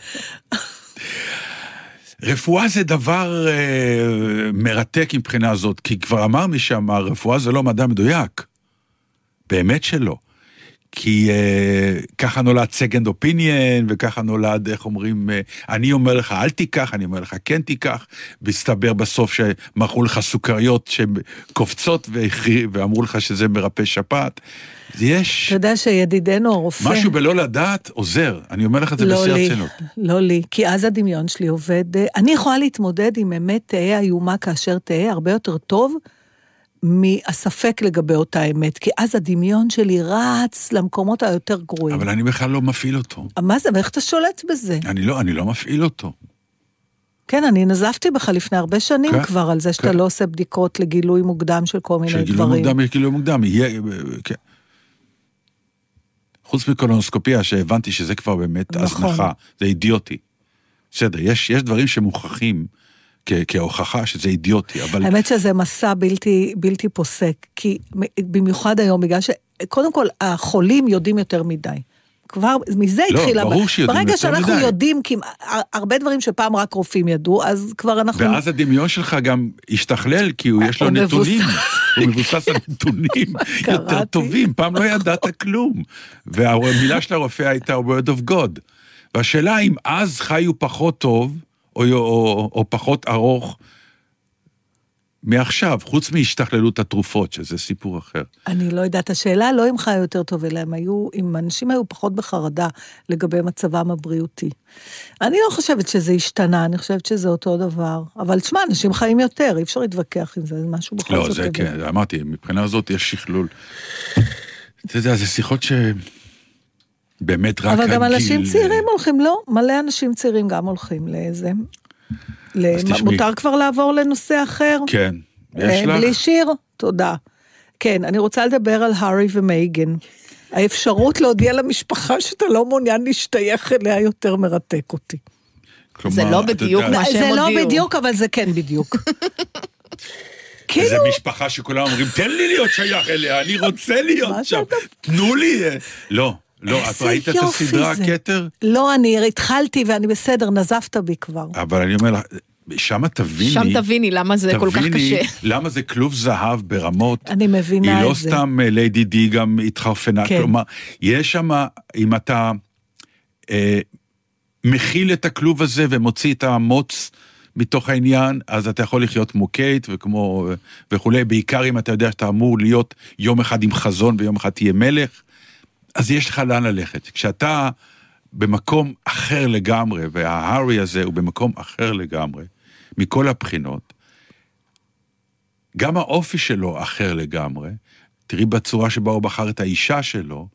רפואה זה דבר מרתק מבחינה הזאת, כי כבר אמר מי שאמר, רפואה זה לא מדע מדויק. באמת שלא. כי ככה נולד second opinion, וככה נולד, איך אומרים, אני אומר לך, אל תיקח, אני אומר לך, כן תיקח, והסתבר בסוף שמחרו לך סוכריות שקופצות, ואמרו לך שזה מרפא שפעת. יש... אתה יודע שידידנו הרופא... משהו בלא לדעת עוזר, אני אומר לך את זה בשיא הרצינות. לא לי, כי אז הדמיון שלי עובד... אני יכולה להתמודד עם אמת תהיה איומה כאשר תהיה הרבה יותר טוב, מהספק לגבי אותה אמת, כי אז הדמיון שלי רץ למקומות היותר גרועים. אבל אני בכלל לא מפעיל אותו. מה זה? ואיך אתה שולט בזה? אני לא מפעיל אותו. כן, אני נזפתי בך לפני הרבה שנים כבר, על זה שאתה לא עושה בדיקות לגילוי מוקדם של כל מיני דברים. שגילוי מוקדם יש גילוי מוקדם, כן. חוץ מקולונוסקופיה, שהבנתי שזה כבר באמת הזנחה, זה אידיוטי. בסדר, יש דברים שמוכחים, כהוכחה שזה אידיוטי, אבל... האמת שזה מסע בלתי פוסק, כי במיוחד היום, בגלל שקודם כל, החולים יודעים יותר מדי. כבר מזה התחילה... לא, ברור שיודעים יותר מדי. ברגע שאנחנו יודעים, כי הרבה דברים שפעם רק רופאים ידעו, אז כבר אנחנו... ואז הדמיון שלך גם השתכלל, כי יש לו נתונים. הוא מבוסס על נתונים יותר טובים. פעם לא ידעת כלום. והמילה של הרופא הייתה word of God. והשאלה אם אז חיו פחות טוב, או פחות ארוך, מעכשיו, חוץ מהשתכללות התרופות, שזה סיפור אחר. אני לא יודעת, השאלה לא אם חיו יותר טוב, אלא אם אנשים היו פחות בחרדה לגבי מצבם הבריאותי. אני לא חושבת שזה השתנה, אני חושבת שזה אותו דבר. אבל תשמע, אנשים חיים יותר, אי אפשר להתווכח עם זה, זה משהו בכל זאת. לא, זה כן, אמרתי, מבחינה הזאת יש שכלול. אתה יודע, זה שיחות שבאמת רק אבל גם אנשים צעירים הולכים, לא, מלא אנשים צעירים גם הולכים לאיזה... מותר כבר לעבור לנושא אחר? כן, יש לך? בלי שיר? תודה. כן, אני רוצה לדבר על הארי ומייגן. האפשרות להודיע למשפחה שאתה לא מעוניין להשתייך אליה יותר מרתק אותי. זה לא בדיוק מה שהם הודיעו. זה לא בדיוק, אבל זה כן בדיוק. איזה משפחה שכולם אומרים, תן לי להיות שייך אליה, אני רוצה להיות שם, תנו לי. לא. לא, את ראית את הסדרה הכתר? לא, אני התחלתי ואני בסדר, נזפת בי כבר. אבל אני אומר לך, שם תביני... שם תביני למה זה כל כך קשה. למה זה כלוב זהב ברמות. אני מבינה היא את זה. היא לא סתם ליידי די גם התחרפנה. כן. כלומר, יש שם, אם אתה מכיל את הכלוב הזה ומוציא את המוץ מתוך העניין, אז אתה יכול לחיות מוקייט וכמו וכולי, בעיקר אם אתה יודע שאתה אמור להיות יום אחד עם חזון ויום אחד תהיה מלך, אז יש לך לאן ללכת. כשאתה במקום אחר לגמרי, וההארי הזה הוא במקום אחר לגמרי, מכל הבחינות, גם האופי שלו אחר לגמרי, תראי בצורה שבה הוא בחר את האישה שלו,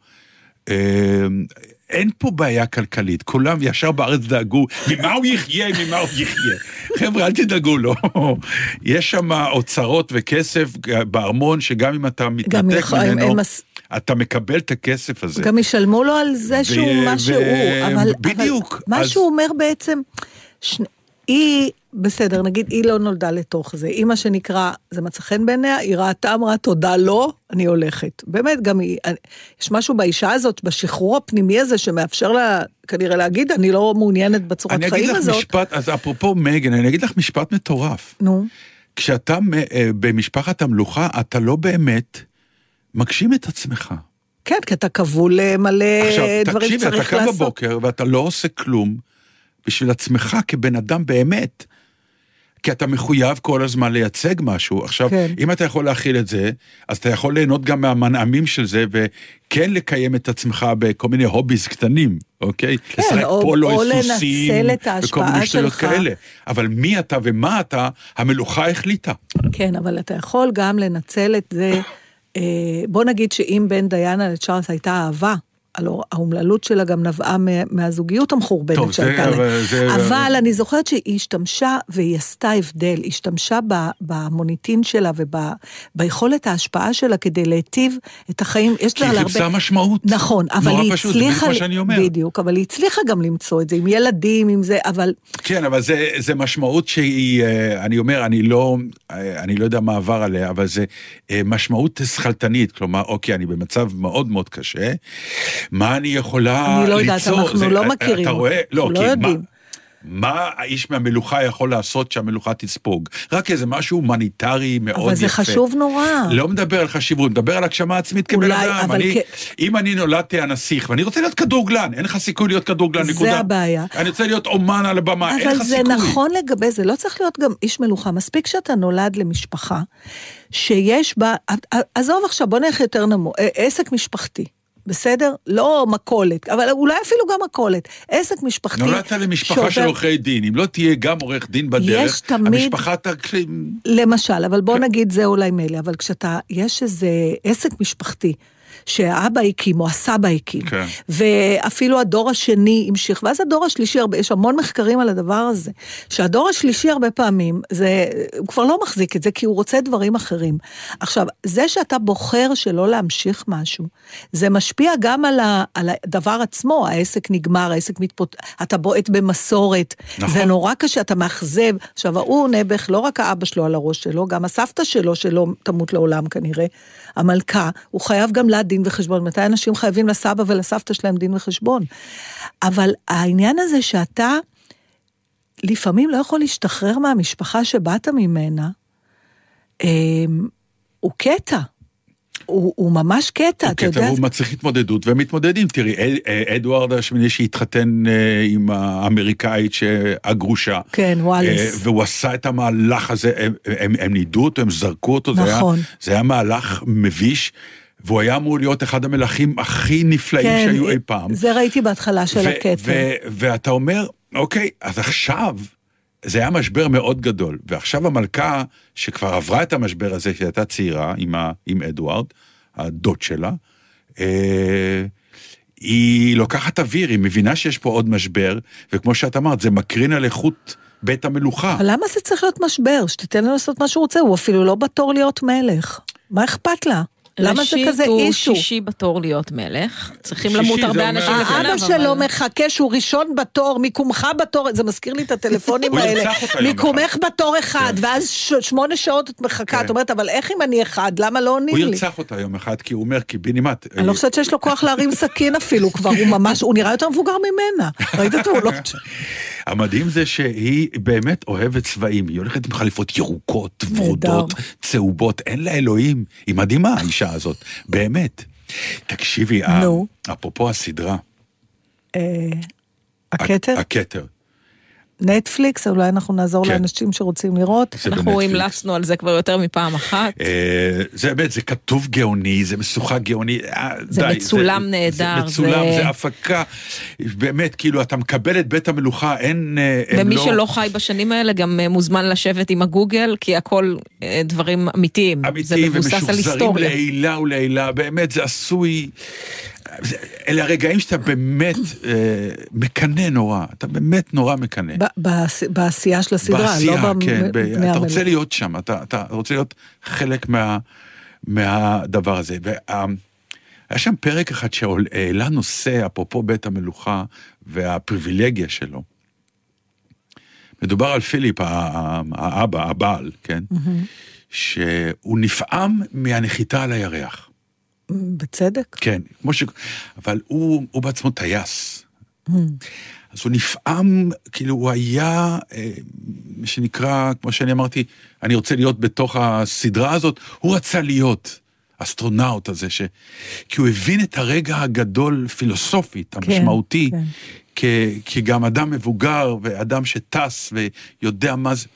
אין פה בעיה כלכלית, כולם ישר בארץ דאגו, ממה הוא יחיה, ממה הוא יחיה. חבר'ה, אל תדאגו לו. יש שם אוצרות וכסף בארמון, שגם אם אתה מתנתק ממנו, אתה מקבל את הכסף הזה. גם ישלמו לו על זה שהוא מה שהוא, אבל מה שהוא אומר בעצם, היא, בסדר, נגיד, היא לא נולדה לתוך זה, היא מה שנקרא, זה מצא חן בעיניה, היא ראתה, אמרה, תודה לא, אני הולכת. באמת, גם יש משהו באישה הזאת, בשחרור הפנימי הזה, שמאפשר לה, כנראה להגיד, אני לא מעוניינת בצורת חיים הזאת. אני אגיד לך משפט, אז אפרופו מייגן, אני אגיד לך משפט מטורף. נו. כשאתה במשפחת המלוכה, אתה לא באמת מגשים את עצמך. כן, כי אתה כבול מלא דברים שצריך לעשות. עכשיו, תקשיבי, אתה קם בבוקר, ואתה לא עושה כלום, בשביל עצמך כבן אדם באמת, כי אתה מחויב כל הזמן לייצג משהו. עכשיו, כן. אם אתה יכול להכיל את זה, אז אתה יכול ליהנות גם מהמנעמים של זה, וכן לקיים את עצמך בכל מיני הוביז קטנים, אוקיי? כן, או לנצל את ההשפעה שלך. כאלה. אבל מי אתה ומה אתה, המלוכה החליטה. כן, אבל אתה יכול גם לנצל את זה, בוא נגיד שאם בין דיינה לצ'ארלס הייתה אהבה, הלוא האומללות שלה גם נבעה מהזוגיות המחורבנת שהייתה לה. אבל אני זוכרת שהיא השתמשה, והיא עשתה הבדל, היא השתמשה במוניטין שלה, וביכולת ההשפעה שלה, כדי להיטיב את החיים. כי היא חיפשה משמעות. נכון, אבל היא הצליחה, בדיוק, אבל היא הצליחה גם למצוא את זה, עם ילדים, עם זה, אבל... כן, אבל זה משמעות שהיא, אני אומר, אני לא יודע מה עבר עליה, אבל זה משמעות שכלתנית, כלומר, אוקיי, אני במצב מאוד מאוד קשה, מה אני יכולה ליצור? אני לא יודעת, אנחנו לא מכירים. אתה רואה? לא יודעים. מה האיש מהמלוכה יכול לעשות שהמלוכה תספוג? רק איזה משהו הומניטרי מאוד יפה. אבל זה חשוב נורא. לא מדבר על חשיבות, מדבר על הגשמה עצמית כבן אדם. אם אני נולדתי הנסיך, ואני רוצה להיות כדורגלן, אין לך סיכוי להיות כדורגלן, נקודה. זה הבעיה. אני רוצה להיות אומן על הבמה, אין לך סיכוי. אבל זה נכון לגבי זה, לא צריך להיות גם איש מלוכה. מספיק שאתה נולד למשפחה, שיש בה, עזוב עכשיו, בוא נלך יותר נמוך, עסק משפחתי. בסדר? לא מקולת, אבל אולי אפילו גם מקולת. עסק משפחתי... נולדת למשפחה של עורכי דין, אם לא תהיה גם עורך דין בדרך, המשפחה תקרים... למשל, אבל בוא נגיד זה אולי מלא, אבל כשאתה, יש איזה עסק משפחתי, שהאבא הקים או הסבא הקים, כן. ואפילו הדור השני המשיך, ואז הדור השלישי, יש המון מחקרים על הדבר הזה, שהדור השלישי הרבה פעמים, הוא כבר לא מחזיק את זה, כי הוא רוצה דברים אחרים. עכשיו, זה שאתה בוחר שלא להמשיך משהו, זה משפיע גם על הדבר עצמו, העסק נגמר, העסק אתה בועט במסורת, נכון. זה נורא קשה, אתה מאכזב, עכשיו, הוא נבח, לא רק האבא שלו על הראש שלו, גם הסבתא שלו תמות לעולם כנראה, המלכה, הוא חייב גם לה דין וחשבון, מתי אנשים חייבים לסבא ולסבתא שלהם דין וחשבון, אבל העניין הזה שאתה לפעמים לא יכול להשתחרר מהמשפחה שבאת ממנה, הוא קטע, הוא ממש קטע, אתה יודע? הוא מצריך התמודדות, והם מתמודדים. תראי, אדוארד השמיני שהתחתן עם האמריקאית הגרושה. כן, וואליס. והוא עשה את המהלך הזה, הם נידו אותו, הם זרקו אותו, נכון. זה היה מהלך מביש, והוא היה אמור להיות אחד המלכים הכי נפלאים שהיו אי פעם. זה ראיתי בהתחלה של הקטע. ואתה אומר, אוקיי, אז עכשיו, זה היה משבר מאוד גדול, ועכשיו המלכה, שכבר עברה את המשבר הזה, שהייתה צעירה עם אדוארד, הדוד שלה, היא לוקחת אוויר, היא מבינה שיש פה עוד משבר, וכמו שאת אמרת, זה מקרין על איכות בית המלוכה. אבל למה זה צריך להיות משבר? שתיתן לו לעשות מה שהוא רוצה, הוא אפילו לא בתור להיות מלך. מה אכפת לה? למה זה כזה אישו? ראשית הוא שישי בתור להיות מלך, צריכים למות הרבה אנשים לפניו. האבא שלו מחכה שהוא ראשון בתור, מיקומך בתור, זה מזכיר לי את הטלפונים האלה, מיקומך בתור אחד, ואז 8 שעות את מחכה, את אומרת, אבל איך אם אני אחד, למה לא עונים לי? הוא ירצח אותה יום אחד, כי הוא אומר, כי בינימט. אני לא חושבת שיש לו כוח להרים סכין אפילו, כבר הוא ממש, הוא נראה יותר מבוגר ממנה, ראית את התמונות? המדהים זה שהיא באמת אוהבת צבעים, היא הולכת עם חליפות ירוקות, ורודות, צהובות, אין לה אלוהים, היא מדהימה האישה הזאת, באמת. תקשיבי, אפרופו הסדרה. הכתר? הכתר. נטפליקס, אולי אנחנו נעזור לאנשים שרוצים לראות. אנחנו המלצנו על זה כבר יותר מפעם אחת. זה באמת, זה כתוב גאוני, זה משוחק גאוני. זה מצולם נהדר. זה מצולם, זה הפקה. באמת, כאילו, אתה מקבל את בית המלוכה, אין... ומי שלא חי בשנים האלה גם מוזמן לשבת עם הגוגל, כי הכל דברים אמיתיים. זה מבוסס על היסטוריה. ומשוחזרים לעילה ולעילה, באמת, זה עשוי... אלה הרגעים שאתה באמת מקנה נורא, אתה באמת נורא מקנה. בעשייה של הסדרה, בעשייה, לא כן, אתה רוצה להיות שם, אתה רוצה להיות חלק מהדבר הזה. היה שם פרק אחד שהעלה נושא, אפרופו בית המלוכה והפריבילגיה שלו. מדובר על פיליפ, האבא, הבעל, כן? שהוא נפעם מהנחיתה על הירח. בצדק. כן, אבל הוא בעצמו טייס. אז הוא נפעם, כאילו הוא היה, מה שנקרא, כמו שאני אמרתי, אני רוצה להיות בתוך הסדרה הזאת, הוא רצה להיות אסטרונאוט הזה, כי הוא הבין את הרגע הגדול פילוסופית, המשמעותי, כי גם אדם מבוגר, ואדם שטס, ויודע מה זה,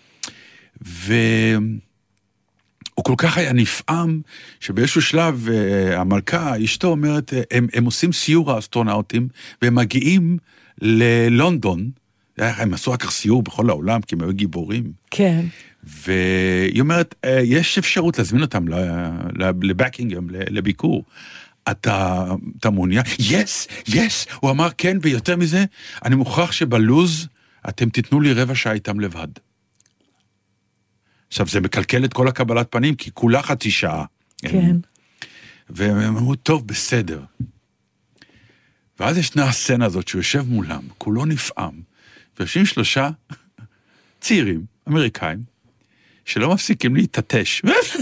הוא כל כך היה נפעם, שבאיזשהו שלב המלכה, אשתו אומרת, הם עושים סיור האסטרונאוטים, והם מגיעים ללונדון, הם עשו רק סיור בכל העולם, כי הם היו גיבורים. כן. והיא אומרת, יש אפשרות להזמין אותם לבקינגהם, לביקור. אתה מעוניין? yes, הוא אמר כן, ויותר מזה, אני מוכרח שבלוז, אתם תיתנו לי 15 שעה איתם לבד. עכשיו, זה מקלקל את כל הקבלת פנים, כי כולה 0.5 שעה. כן. והם אמרו, טוב, בסדר. ואז ישנה הסצנה הזאת, שהוא יושב מולם, כולו נפעם, ויושבים 3 צעירים, אמריקאים, שלא מפסיקים להתעטש.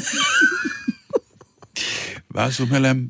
ואז הוא אומר להם,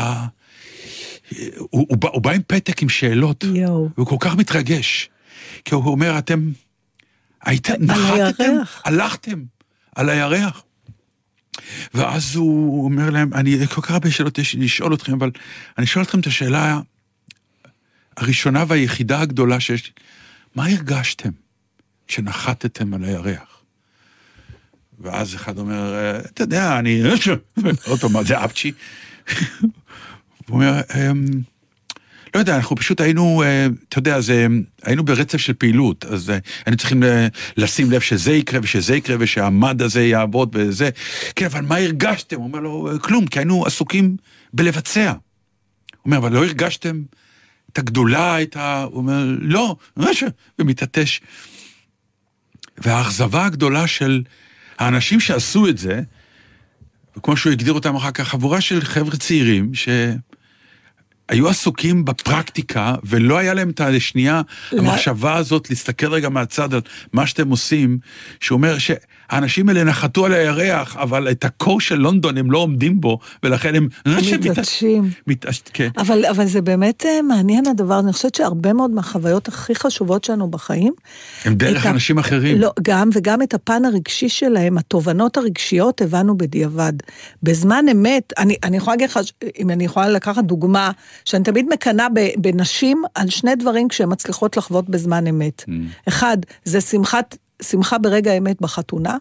הוא בא עם פתק עם שאלות, והוא כל כך מתרגש, כי הוא אומר, אתם נחתתם, הלכתם על הירח. ואז הוא אומר להם, אני כל כך הרבה שאלות יש לשאול אתכם, אבל אני שואל אתכם את השאלה הראשונה והיחידה הגדולה שיש לי, מה הרגשתם כשנחתתם על הירח? ואז אחד אומר, אתה יודע, אני... אוטומט, זה אפצ'י. הוא אומר, לא יודע, אנחנו פשוט היינו, אתה יודע, היינו ברצף של פעילות, אז היינו צריכים לשים לב שזה יקרה ושזה יקרה, ושהמד הזה יעבוד וזה. כן, אבל מה הרגשתם? הוא אומר לו, כלום, כי היינו עסוקים בלבצע. הוא אומר, אבל לא הרגשתם את הגדולה, הוא אומר, לא, ומתעטש. והאכזבה הגדולה של האנשים שעשו את זה, וכמו שהוא הגדיר אותם אחר כך, חבורה של חבר'ה צעירים, שהיו עסוקים בפרקטיקה, ולא היה להם את השנייה, המחשבה הזאת, להסתכל רגע מהצד על מה שאתם עושים, שאומר האנשים האלה נחתו על הירח, אבל את הקור של לונדון הם לא עומדים בו, ולכן הם מתעטשים. כן. אבל זה באמת מעניין הדבר, אני חושבת שהרבה מאוד מהחוויות הכי חשובות שלנו בחיים, הם דרך אנשים אחרים. לא, וגם את הפן הרגשי שלהם, התובנות הרגשיות הבנו בדיעבד. בזמן אמת, אני יכולה להגיד לך, אם אני יכולה לקחת דוגמה, שאני תמיד מקנה בנשים על שני דברים כשהן מצליחות לחוות בזמן אמת. אחד, זה שמחה ברגע האמת בחתונה,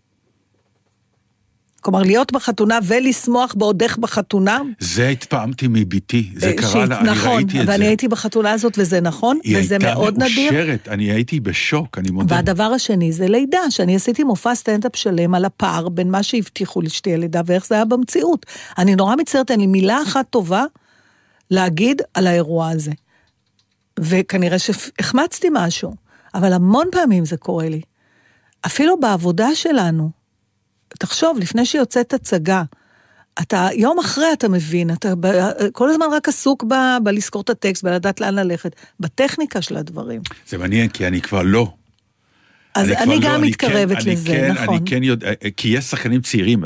כלומר, להיות בחתונה ולשמוח בעודך בחתונה. זה התפעמתי מביתי, זה קרה לה, אני ראיתי את זה. ואני הייתי בחתונה הזאת, וזה נכון, וזה מאוד נדיר. היא הייתה מאושרת, אני הייתי בשוק, אני מודה. והדבר השני זה לידה, שאני עשיתי מופע סטנדאפ שלם על הפער, בין מה שהבטיחו לי שתהיה לידה, ואיך זה היה במציאות. אני נורא מצטערת, אין לי מילה אחת טובה להגיד על האירוע הזה. וכנראה שהחמצתי משהו, אבל המון פעמים זה קורה לי. אפילו בעבודה שלנו, תחשוב, לפני שיוצאת הצגה, אתה, יום אחרי אתה מבין, אתה כל הזמן רק עסוק בלזכור את הטקסט, בלדעת לאן ללכת, בטכניקה של הדברים. זה מעניין, כי אני כבר לא. אז אני גם מתקרבת לזה, נכון. אני כן יודע, כי יש שחקנים צעירים,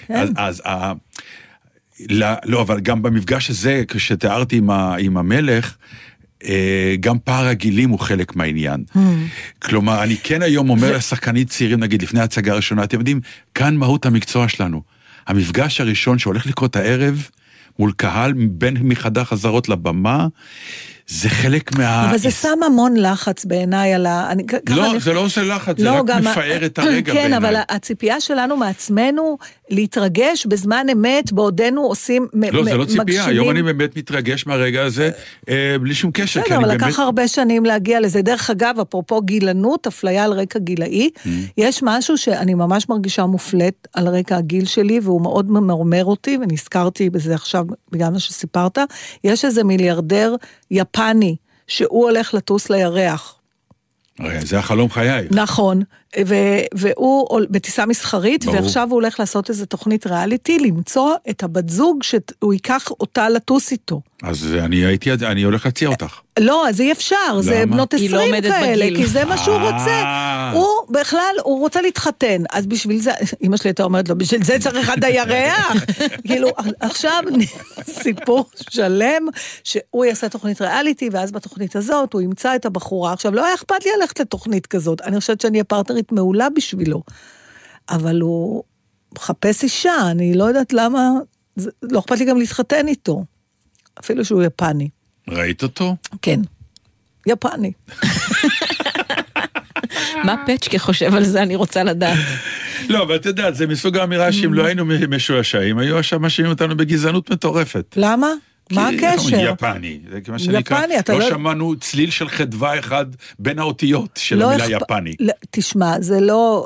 לא, אבל גם במפגש הזה, כשתיארתי עם המלך, גם פער הגילים הוא חלק מהעניין. כלומר, אני כן היום אומר לשחקנים צעירים, נגיד, לפני ההצגה הראשונה, אתם יודעים, כאן מהות המקצוע שלנו. המפגש הראשון שהולך לקרות הערב, מול קהל, בין מחדר חזרות לבמה, זה חלק אבל זה שם המון לחץ בעיניי על ה... לא, זה לא עושה לחץ, זה רק מפאר את הרגע בעיניי. כן, אבל הציפייה שלנו מעצמנו להתרגש בזמן אמת, בעודנו עושים... לא, זה לא ציפייה, היום אני באמת מתרגש מהרגע הזה, בלי שום קשר. בסדר, אבל לקח הרבה שנים להגיע לזה. דרך אגב, אפרופו גילנות, אפליה על רקע גילאי, יש משהו שאני ממש מרגישה מופלט על רקע הגיל שלי, והוא מאוד ממרמר אותי, ונזכרתי בזה עכשיו בגלל מה שסיפרת. יש איזה מיליארדר יפני, שהוא הולך לטוס לירח. זה החלום חיי. נכון, והוא בטיסה מסחרית, ועכשיו הוא הולך לעשות איזו תוכנית ריאליטי, למצוא את הבת זוג שהוא ייקח אותה לטוס איתו. אז אני הולך להציע אותך. לא, אז אי אפשר, זה בנות 20 כאלה, כי זה מה שהוא רוצה. הוא בכלל, הוא רוצה להתחתן, אז בשביל זה, אמא שלי הייתה אומרת לו, בשביל זה צריך עד הירח. כאילו, עכשיו סיפור שלם, שהוא יעשה תוכנית ריאליטי, ואז בתוכנית הזאת הוא ימצא את הבחורה. עכשיו, לא היה אכפת לי ללכת לתוכנית כזאת, אני חושבת שאני הפרטנרית מעולה בשבילו, אבל הוא מחפש אישה, אני לא יודעת למה, לא אכפת לי גם להתחתן איתו, אפילו שהוא יפני. ראית אותו? כן, יפני. מה פצ'קה חושב על זה, אני רוצה לדעת. לא, אבל אתה יודעת, זה מסוג האמירה שאם לא היינו משועשעים, היו עכשיו משאירים אותנו בגזענות מטורפת. למה? מה הקשר? יפני, זה כמו שנקרא, לא שמענו צליל של חדווה אחד בין האותיות של המילה יפני. תשמע, זה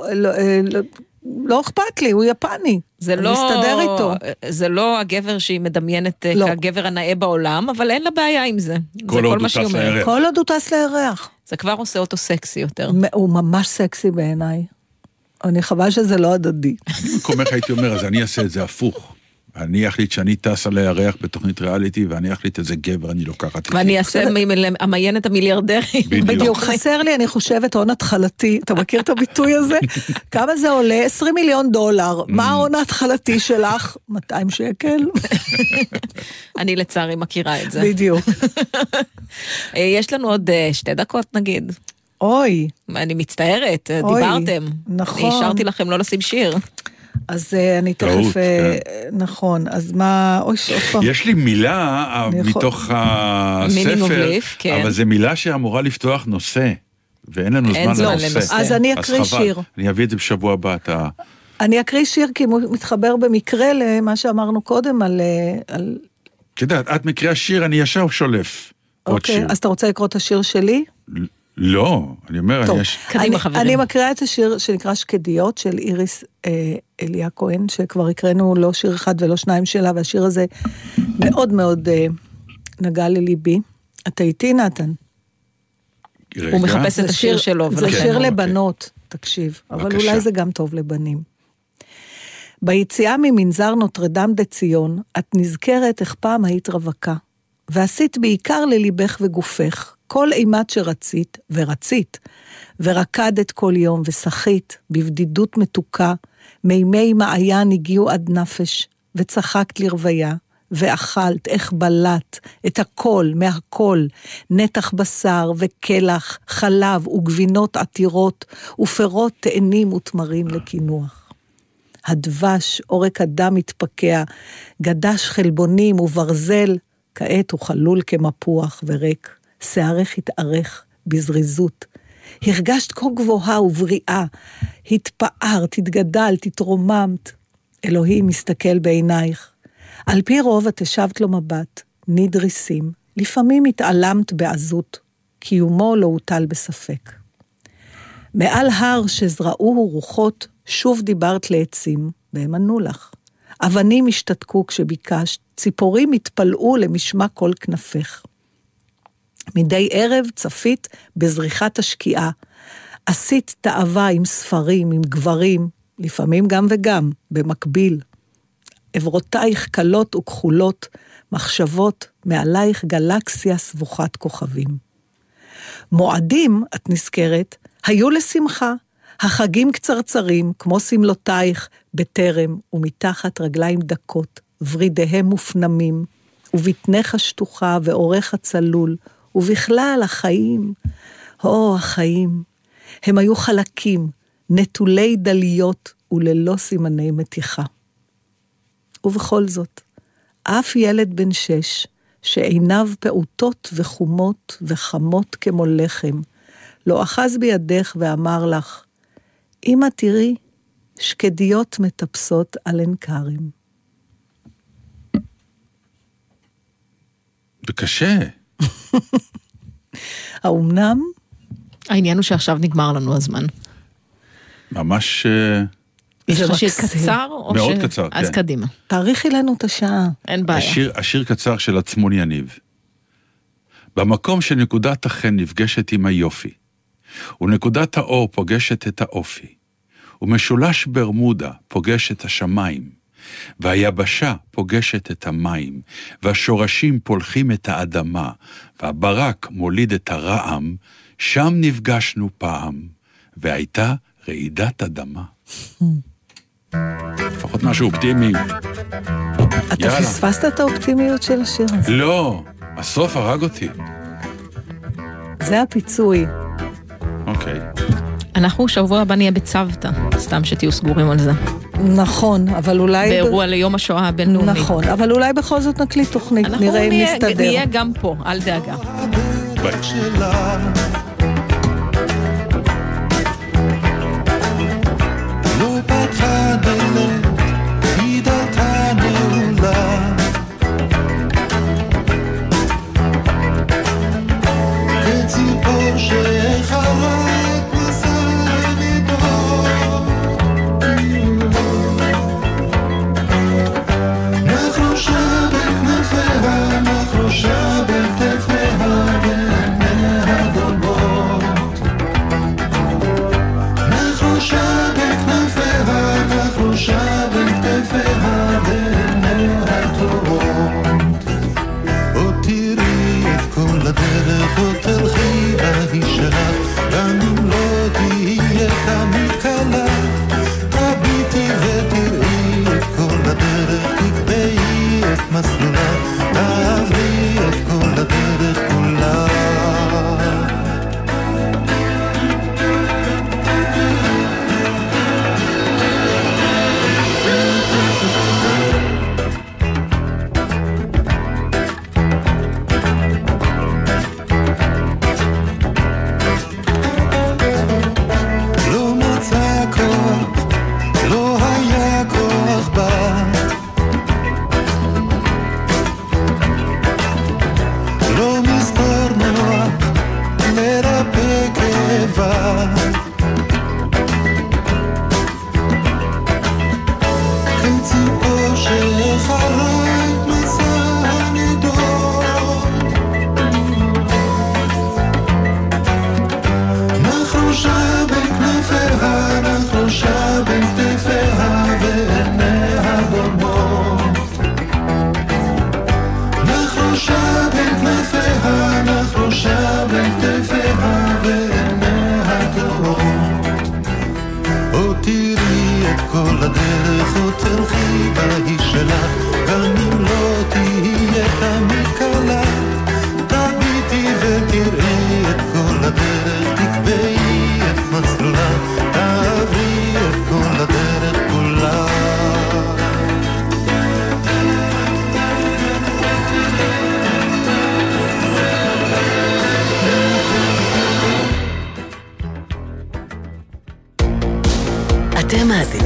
לא אכפת לי, הוא יפני. אני מסתדר איתו. זה לא הגבר שהיא מדמיינת כגבר הנאה בעולם, אבל אין לה בעיה עם זה. כל עוד הוא טס לירח. כל עוד הוא טס לירח. זה כבר עושה אותו סקסי יותר. הוא ממש סקסי בעיניי. אני חבל שזה לא הדדי. במקומך הייתי אומר, אז אני אעשה את זה הפוך. אני אחליט שאני טס על הירח בתוכנית ריאליטי, ואני אחליט איזה גבר אני לוקחת. ואני אעשה המעיין את המיליארדרים. בדיוק, חסר לי, אני חושבת, הון התחלתי, אתה מכיר את הביטוי הזה? כמה זה עולה? 20 מיליון דולר. מה ההון ההתחלתי שלך? 200 שקל? אני לצערי מכירה את זה. בדיוק. יש לנו עוד 2 דקות נגיד. אוי. אני מצטערת, דיברתם. נכון. אני השארתי לכם לא לשים שיר. אז אני תכף, נכון, אז מה, אוי, עוד פעם. יש לי מילה מתוך הספר, אבל זו מילה שאמורה לפתוח נושא, ואין לנו זמן לנושא. אז אני אקריא שיר. אני אביא את זה בשבוע הבא, אני אקריא שיר, כי הוא מתחבר במקרה למה שאמרנו קודם על... כדעת, את מקריאה שיר, אני ישר שולף עוד שיר. אוקיי, אז אתה רוצה לקרוא את השיר שלי? לא, אני אומר, אני מקריאה את השיר שנקרא שקדיות של איריס אליה כהן, שכבר הקראנו לא שיר אחד ולא 2 שלה, והשיר הזה מאוד מאוד נגע לליבי. אתה איתי, נתן? הוא מחפש את השיר שלו. זה שיר לבנות, תקשיב, אבל אולי זה גם טוב לבנים. ביציאה ממנזר נוטרדם דה ציון, את נזכרת איך פעם היית רווקה. ועשית בעיקר לליבך וגופך, כל אימת שרצית ורצית, ורקדת כל יום ושחית בבדידות מתוקה, מימי מעיין הגיעו עד נפש, וצחקת לרוויה, ואכלת, איך בלט, את הכל, מהכל, נתח בשר וקלח, חלב וגבינות עתירות, ופירות תאנים ותמרים לכינוח. הדבש, עורק הדם מתפקע, גדש חלבונים וברזל, כעת הוא חלול כמפוח וריק, שערך התארך בזריזות. הרגשת כה גבוהה ובריאה, התפארת, התגדלת, התרוממת. אלוהים מסתכל בעינייך. על פי רוב את השבת לו מבט, נדריסים, לפעמים התעלמת בעזות, קיומו לא הוטל בספק. מעל הר שזרעוהו רוחות, שוב דיברת לעצים, והם ענו לך. אבנים השתתקו כשביקשת, ציפורים התפלאו למשמע כל כנפך. מדי ערב צפית בזריחת השקיעה, עשית תאווה עם ספרים, עם גברים, לפעמים גם וגם, במקביל. עברותייך קלות וכחולות, מחשבות, מעלייך גלקסיה סבוכת כוכבים. מועדים, את נזכרת, היו לשמחה, החגים קצרצרים, כמו סמלותייך, בטרם ומתחת רגליים דקות, ורידיהם מופנמים, ובטנך השטוחה ואורך הצלול, ובכלל החיים, החיים, הם היו חלקים, נטולי דליות וללא סימני מתיחה. ובכל זאת, אף ילד בן 6, שעיניו פעוטות וחומות וחמות כמו לחם, לא אחז בידך ואמר לך, אמא תראי, שקדיות מטפסות על עין כרם. וקשה. האומנם? העניין הוא שעכשיו נגמר לנו הזמן. ממש... יש לך שיר קצר? מאוד קצר, כן. אז קדימה. תאריכי לנו את השעה. אין בעיה. השיר קצר של עצמון יניב. במקום שנקודת החן נפגשת עם היופי, ונקודת האור פוגשת את האופי, ומשולש ברמודה פוגש את השמיים, והיבשה פוגשת את המים, והשורשים פולחים את האדמה, והברק מוליד את הרעם, שם נפגשנו פעם, והייתה רעידת אדמה. לפחות משהו אופטימי. אתה פספסת את האופטימיות של השיר הזה? לא, הסוף הרג אותי. זה הפיצוי. אוקיי. אנחנו שבוע הבא נהיה בצוותא, סתם שתהיו סגורים על זה. נכון, אבל אולי... באירוע ליום השואה הבינלאומי. נכון, אבל אולי בכל זאת נקליט תוכנית, נראה אם נסתדר. אנחנו נהיה גם פה, אל דאגה. ביי. מחרושה בכתפיה ועיניה דומות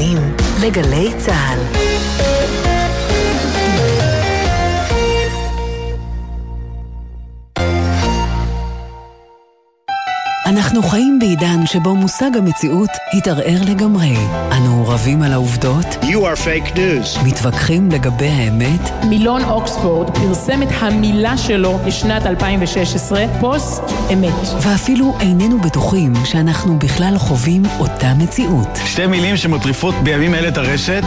מאזינים לגלי צהל. אנחנו חיים בעידן שבו מושג המציאות התערער לגמרי. אנו רבים על העובדות. You are fake news. מתווכחים לגבי האמת. מילון אוקספורד פרסם את המילה שלו לשנת 2016, פוסט אמת. ואפילו איננו בטוחים שאנחנו בכלל חווים אותה מציאות. שתי מילים שמטריפות בימים אלה את הרשת.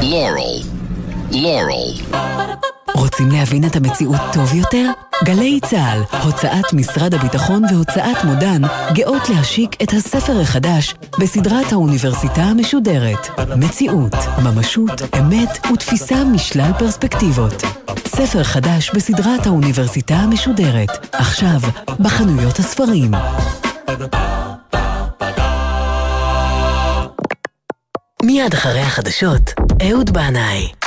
Laurel. רוצים להבין את המציאות טוב יותר? גלי צהל, הוצאת משרד הביטחון והוצאת מודן, גאות להשיק את הספר החדש בסדרת האוניברסיטה המשודרת. מציאות, ממשות, אמת ותפיסה משלל פרספקטיבות. ספר חדש בסדרת האוניברסיטה המשודרת, עכשיו בחנויות הספרים. מיד אחרי החדשות, אהוד בנאי.